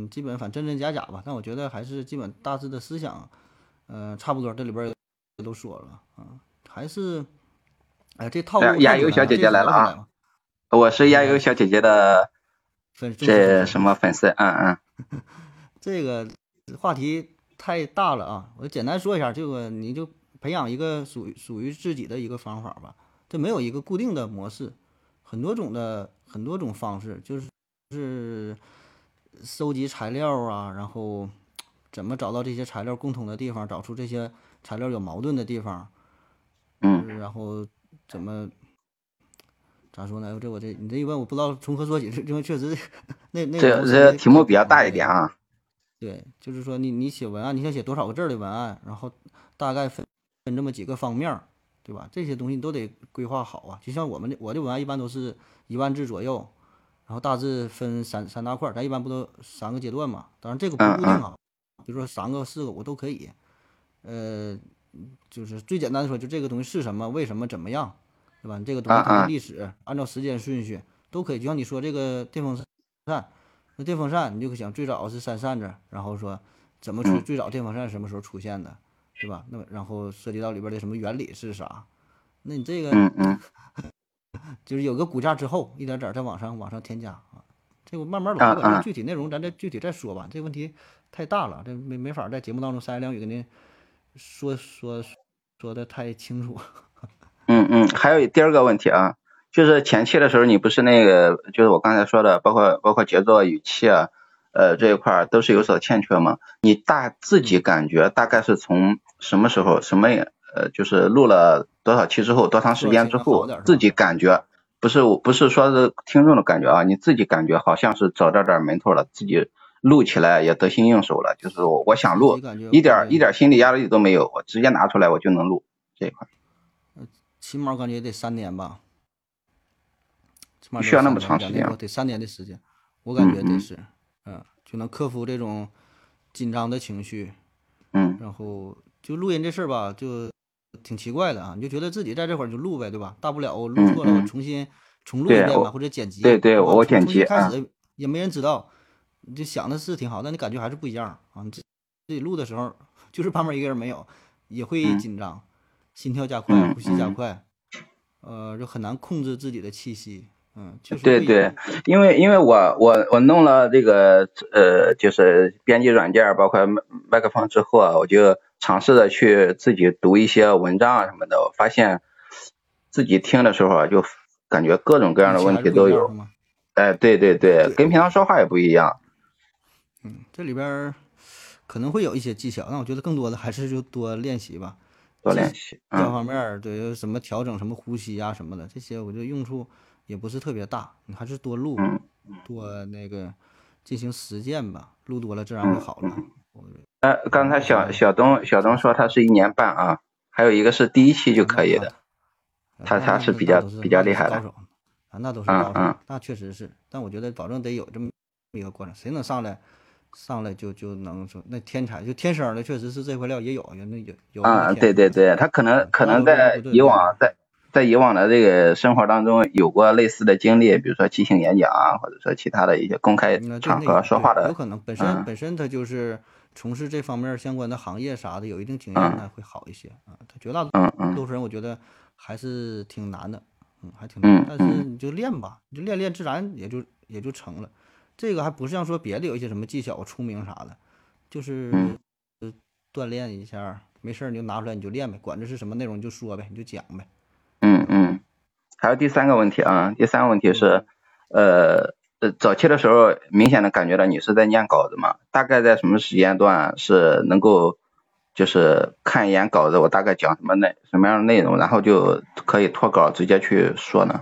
嗯，基本反正真真假假吧，但我觉得还是基本大致的思想，嗯、差不多，这里边也都说了啊，还是，哎，这套哎， 路亚优小姐太简单了，这姐来了啊！ 次聊回来嘛， 我是亚聊回来优小姐姐的粉忠实粉这丝， 什么粉丝，嗯嗯这个话题太大了啊，我简单说一下，这个你就培养一个属于属于自己的一个方法吧，这没有一个固定的模式，很多种的很多种方式，就是是收集材料啊，然后怎么找到这些材料共通的地方，找出这些材料有矛盾的地方， 嗯， 呃然后怎么咋说呢？这我这你这一问，我不知道从何说起，因为确实内内这容涉及这题比较目比较大一广对点啊。 对，就是说你你写文案，你想写多少个字儿的文案，然后大概分分这么几个方面儿，对吧？这些东西你都得规划好啊。就像我们的我的文案一般都是一万字左右，然后大致分三三大块儿，咱一般不都三个阶段嘛？当然这个不嗯嗯固定啊，比如说三个四个我都可以。呃，就是最简单的说，就这个东西是什么，为什么，怎么样，对吧？你这个东西它的嗯嗯历史，按照时间顺序都可以。就像你说这个电风扇。那电风扇，你就想最早是扇扇子，然后说怎么吹， 嗯最早电风扇什么时候出现的，对吧？那么然后涉及到里边的什么原理是啥？那你这个嗯嗯就是有个骨架之后，一点点再往上往上添加啊。这个慢慢来吧，这个嗯嗯， 具体内容咱再具体再说吧。这个问题太大了，这没没法在节目当中三言两语跟您说说说的太清楚。 嗯嗯，还有第二个问题啊，就是前期的时候，你不是那个，就是我刚才说的，包括包括节奏、语气啊，呃这一块儿都是有所欠缺吗？你大自己嗯， 感觉大概是从什么时候，什么呃，就是录了多少期之后，多长时多少间之期能好后，自点儿是吧？ 己感觉不是不是说是听众的感觉啊，你自己感觉好像是找着点门头了，自己录起来也得心应手了，就是我我想录， 自己感觉一点儿一对， 点儿心理压力都没有，我直接拿出来我就能录这一块儿， 起码我感觉也得三年吧。起码得需要那么有三年， 长时间吗？ 两年多得三年的时间，我感嗯嗯觉得是，嗯，就能克服这种紧张的情绪， 嗯然后就录音这事儿吧，就挺奇怪的啊，你就觉得自己在这会儿就录呗，对吧？大不了我录错了，我嗯嗯， 重新重录一遍吧， 对我或者剪辑， 对对对吧？ 我重重新剪辑啊， 开始也没人知道，你就想的是挺好，但你感觉还是不一样啊。你自自己录的时候，就是旁边一个人没有，也会嗯紧张，心跳加快， 嗯呼吸加嗯。 快，呃，就很难控制自己的气息。嗯，确实对对， 会有， 因为因为我我我弄了这个呃，就是编辑软件儿，包括麦麦克风之后啊，我就尝试着去自己读一些文章啊什么的，我发现自己听的时候啊，就感觉各种各样的问语气还是题都有。 不一样，是吗？ 哎，对对对， 对， 跟平常说话也不一样， 嗯，这里边儿可能会有一些技巧，但我觉得更多的还是就多练习吧。 多练习。 技巧嗯方面儿，对，什么调整什么呼吸啊什么的，这些我觉得用处也不是特别大，你还是多录， 嗯多那个进行实践吧，录多了自然会嗯好了。 嗯。 我呃， 也刚才没有什么小小东小东说他是一年半啊，还有一个是第一期就啊，那那可以的，他那那他是比那那都是较比较那都厉害的。 是高手啊，那都是高手， 嗯嗯那确实是，但我觉得保证得有这么一个过程，谁能上来上来就就能说那天才就天生的，确实是这块料也有，有那有有那个嗯， 天赋的， 对对对，他可能可大多数人能在不对， 以对对。 往在在以往的这个生活当中有过类似的经历，比如说即兴演讲啊，或者说其他的一些公开嗯，对， 场合那有，对， 说话的， 有可能本身嗯本身他就是从事这方面儿相关的行业啥的，有一定经验， 嗯那会好一些啊。他绝大嗯嗯多数人，我觉得还是挺难的，嗯，还挺难。 嗯嗯但是你就练吧，你就练练，自然也就也就成了。这个还不像说别的有一些什么技巧、出名啥的，就是嗯呃锻炼一下儿没事儿你就拿出来你就练呗，管这是什么内容你就说呗，你就讲呗。 嗯嗯。还有第三个问题啊，第三个问题嗯， 是，呃呃，早期的时候明显的感觉到你是在念稿子嘛，大概在什么时间段是能够就是看一眼稿子，我大概讲什么内什么样的内容，然后就可以脱稿直接去说呢？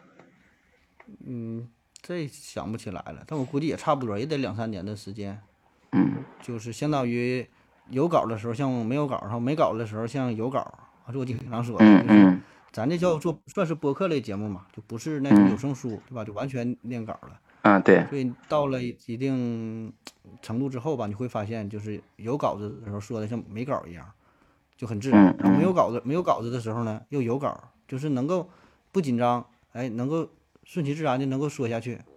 嗯，这想不起来了，但我估计也差不多，也得两三年的时间。 嗯就是相当于有稿的时候像没有稿，然后没稿的时候像有稿，这我经常说的，就是嗯嗯咱这叫做算是播客类节目嘛，就不是那种有嗯声书，对吧？就完全念稿了。 嗯，对， 所以到了一定程度之后吧，你会发现就是有稿子的时候说的像没稿一样，就很自然。 嗯然后没有嗯稿子没有稿子的时候呢，又有稿，就是能够不紧张，哎，能够顺其自然的能够说下去。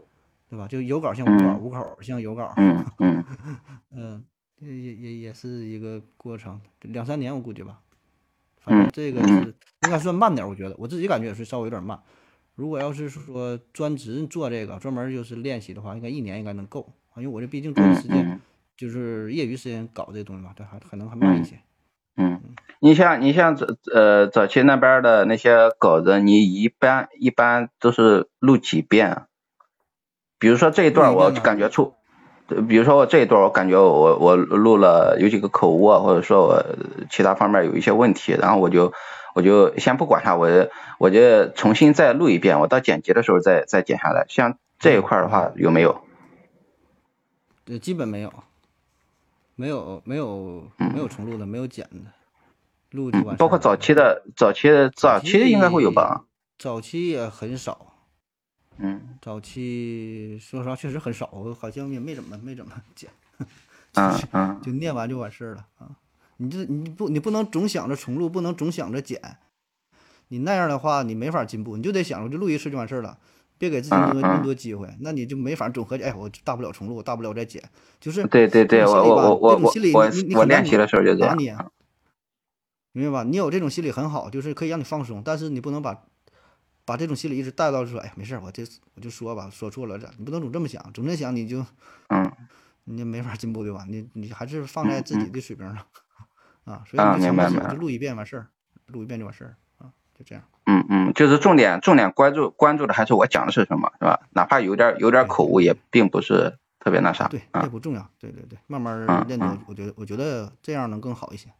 对吧？就有稿像无稿， 嗯无稿像有稿。 嗯嗯嗯，这也也也是一个过程，两三年我估计吧。反正嗯这个嗯是应该算慢点儿，我觉得我自己感觉也是稍微有点慢。如果要是说专职做这个，专门儿就是练习的话，应该一年应该能够啊，因为我这毕竟做的时间嗯嗯就是业余时间搞这东西吧，这还可能还慢一嗯些。 嗯，你像你像早呃早期那边的那些稿子，你一般一般都是录几遍啊？比如说这一段我录一遍呢， 感觉出，呃比如说我这一段我感觉我我录了有几个口误啊，或者说我其他方面有一些问题，然后我就我就先不管它，我我就重新再录一遍，我到剪辑的时候再再剪下来。像这一块儿的话有没有？ 对，基本没有，没有没有没有重录的，没有剪的，录就嗯， 完事儿了。 包括早期的早期的早早期的应该会有期吧？ 早期也很少， 嗯早期说实话确实很少，我好像也没怎么没怎么剪，就是嗯嗯就念完就完事儿了啊。你这你不你不能总想着重录，不能总想着剪，你那样的话你没法进步，你就得想着就录一次就完事儿了，别给自己那么那么嗯嗯， 多机会，那你就没法总合计，哎，我大不了重录，我大不了再剪，就是对对对， 这种心理吧， 我我我我我这种心理你我你你我很难拿练习的时候就这样。 拿捏，明白吧？你有这种心理很好，就是可以让你放松，但是你不能把把这种心理一直带到说，哎呀，没事儿，我这我就说吧，说错了咋？你不能总这么想，总这么想你就嗯你就没法进步对吧？你你还是放在嗯嗯自己的水平上啊，所以你啊， 就强迫自己， 明白明白。 就录一遍完事儿，录一遍就完事儿啊，就这样。 嗯嗯，就是重点重点关注关注的还是我讲的是什么，是吧？哪怕有点有点对对口误，也并不是特别那啥对，那啊。 不重要，对对对，慢慢嗯练多， 嗯我觉得我觉得这样能更好一些。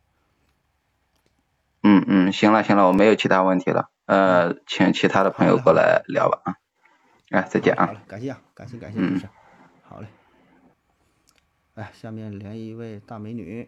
嗯嗯，行了行了，我没有其他问题了。 嗯， 呃，请其他的朋友过好嘞好嘞来聊吧啊。哎，再见啊。 好嘞好嘞，感谢啊，感谢感谢支嗯。 持，好嘞。哎，下面连一位大美女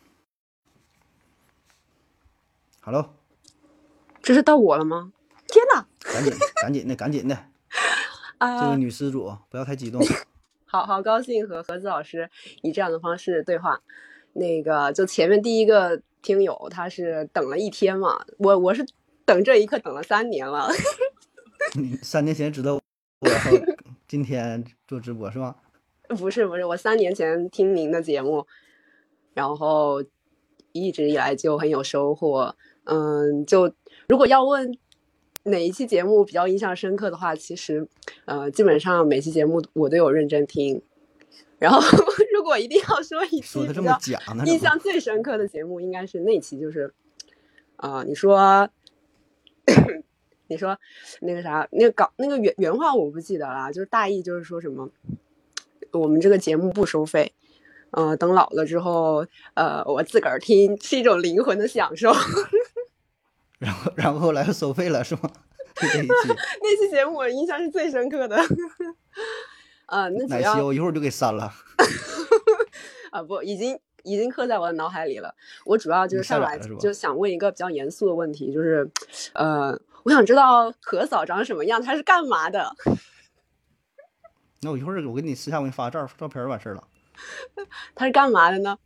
，Hello， 这是到我了吗？ 天哪！ 赶紧赶紧的赶紧的，这位啊， 女施主不要太激动。 好好高兴和何子老师以这样的方式对话。那个，就前面第一个听友他是等了一天嘛，我我是等这一刻等了三年了。 你三年前知道我，然后今天做直播是吧？ 不是不是，我三年前听您的节目，然后一直以来就很有收获。嗯，就如果要问哪一期节目比较印象深刻的话，其实呃基本上每期节目我都有认真听。然后如果一定要说一说的这期比较么假呢？ 印象最深刻的节目，应该是那期，就是啊、呃你说你说那个啥，那个稿那个原原话我不记得了，就是大意就是说什么，我们这个节目不收费，呃，等老了之后，呃，我自个儿听是一种灵魂的享受。 然后然后后来又收费了是吗？就这一期那期节目我印象是最深刻的。呃，那主哪期要我一会儿就给删了。 啊不，已经已经刻在我的脑海里了。我主要就是上来你下载了是吧就想问一个比较严肃的问题，就是呃，我想知道何嫂长什么样，她是干嘛的？ 那我一会儿我给你私下我给你发照照片儿完事儿了。 她是干嘛的呢？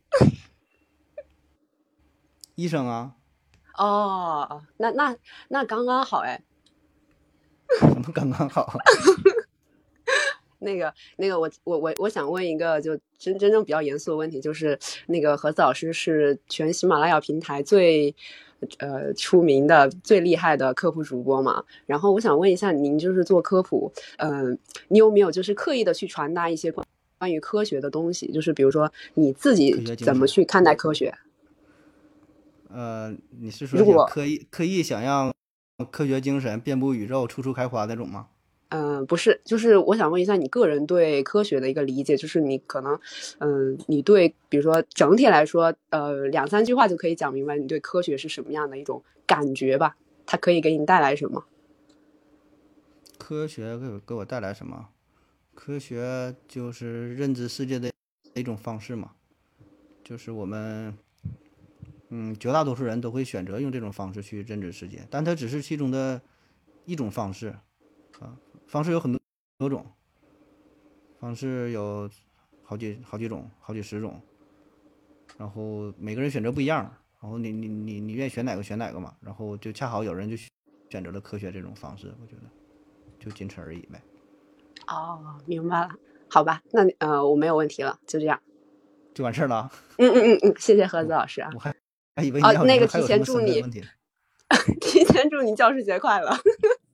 医生啊， 哦，那那那刚刚好哎。 什么刚刚好？ 那个那个我我我我想问一个就真真正比较严肃的问题，就是那个何子老师是全喜马拉雅平台最呃出名的最厉害的科普主播嘛，然后我想问一下您就是做科普，嗯、呃，你有没有就是刻意的去传达一些关关于科学的东西，就是比如说你自己怎么去看待科学？ 呃，你是说如果刻意刻意想让科学精神遍布宇宙、处处开花那种吗？ 嗯、呃，不是，就是我想问一下你个人对科学的一个理解，就是你可能，嗯、呃，你对比如说整体来说，呃，两三句话就可以讲明白你对科学是什么样的一种感觉吧？它可以给你带来什么？ 科学给我给我带来什么？科学就是认知世界的一种方式嘛，就是我们，嗯，绝大多数人都会选择用这种方式去认知世界，但它只是其中的一种方式啊。方式有很多多种，方式有好几好几种，好几十种，然后每个人选择不一样，然后你你你你愿意选哪个选哪个嘛，然后就恰好有人就选择了科学这种方式，我觉得就仅此而已呗。 哦，明白了，好吧，那呃我没有问题了，就这样。 就完事儿了啊。 嗯嗯嗯嗯，谢谢盒子老师啊。 我还还以为你哦， 要那个提还有什么前祝你深的问题呢。 提前祝你教师节快乐。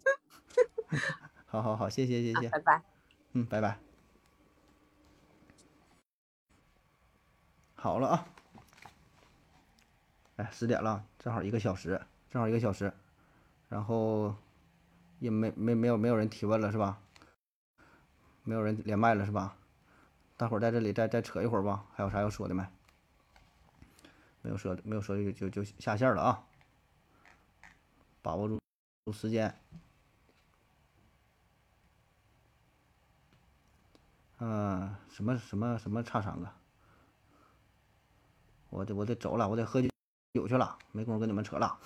好好好，谢谢谢谢， 拜拜。 嗯，拜拜。好了啊，哎，十点了，正好一个小时，正好一个小时，然后也没没没有没有人提问了是吧？没有人连麦了是吧？大伙儿在这里再再扯一会儿吧，还有啥要说的没？没有说的，没有说的就就就下线了啊，把握住时间。嗯、呃，什么什么什么差场啊？我得我得走了，我得喝酒酒去了，没工夫跟你们扯了。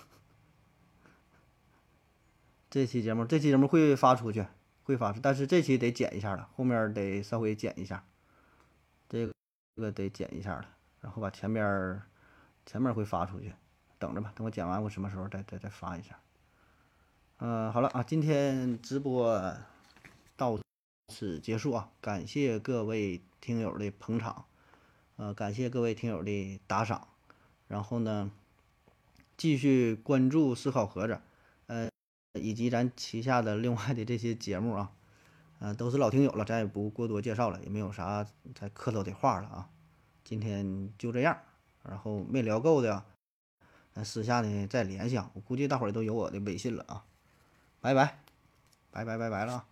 这期节目这期节目会发出去，会发出，但是这期得剪一下了，后面得稍微剪一下，这个这个得剪一下了，然后把前面前面会发出去，等着吧，等我剪完我什么时候再再再发一下。嗯、呃，好了啊，今天直播到此结束啊，感谢各位听友的捧场，呃，感谢各位听友的打赏，然后呢，继续关注思考盒子，呃，以及咱旗下的另外的这些节目啊，呃，都是老听友了，咱也不过多介绍了，也没有啥再客套的话了啊，今天就这样，然后没聊够的，咱私下呢再联系啊，我估计大伙儿都有我的微信了啊，拜拜，拜拜拜拜了啊。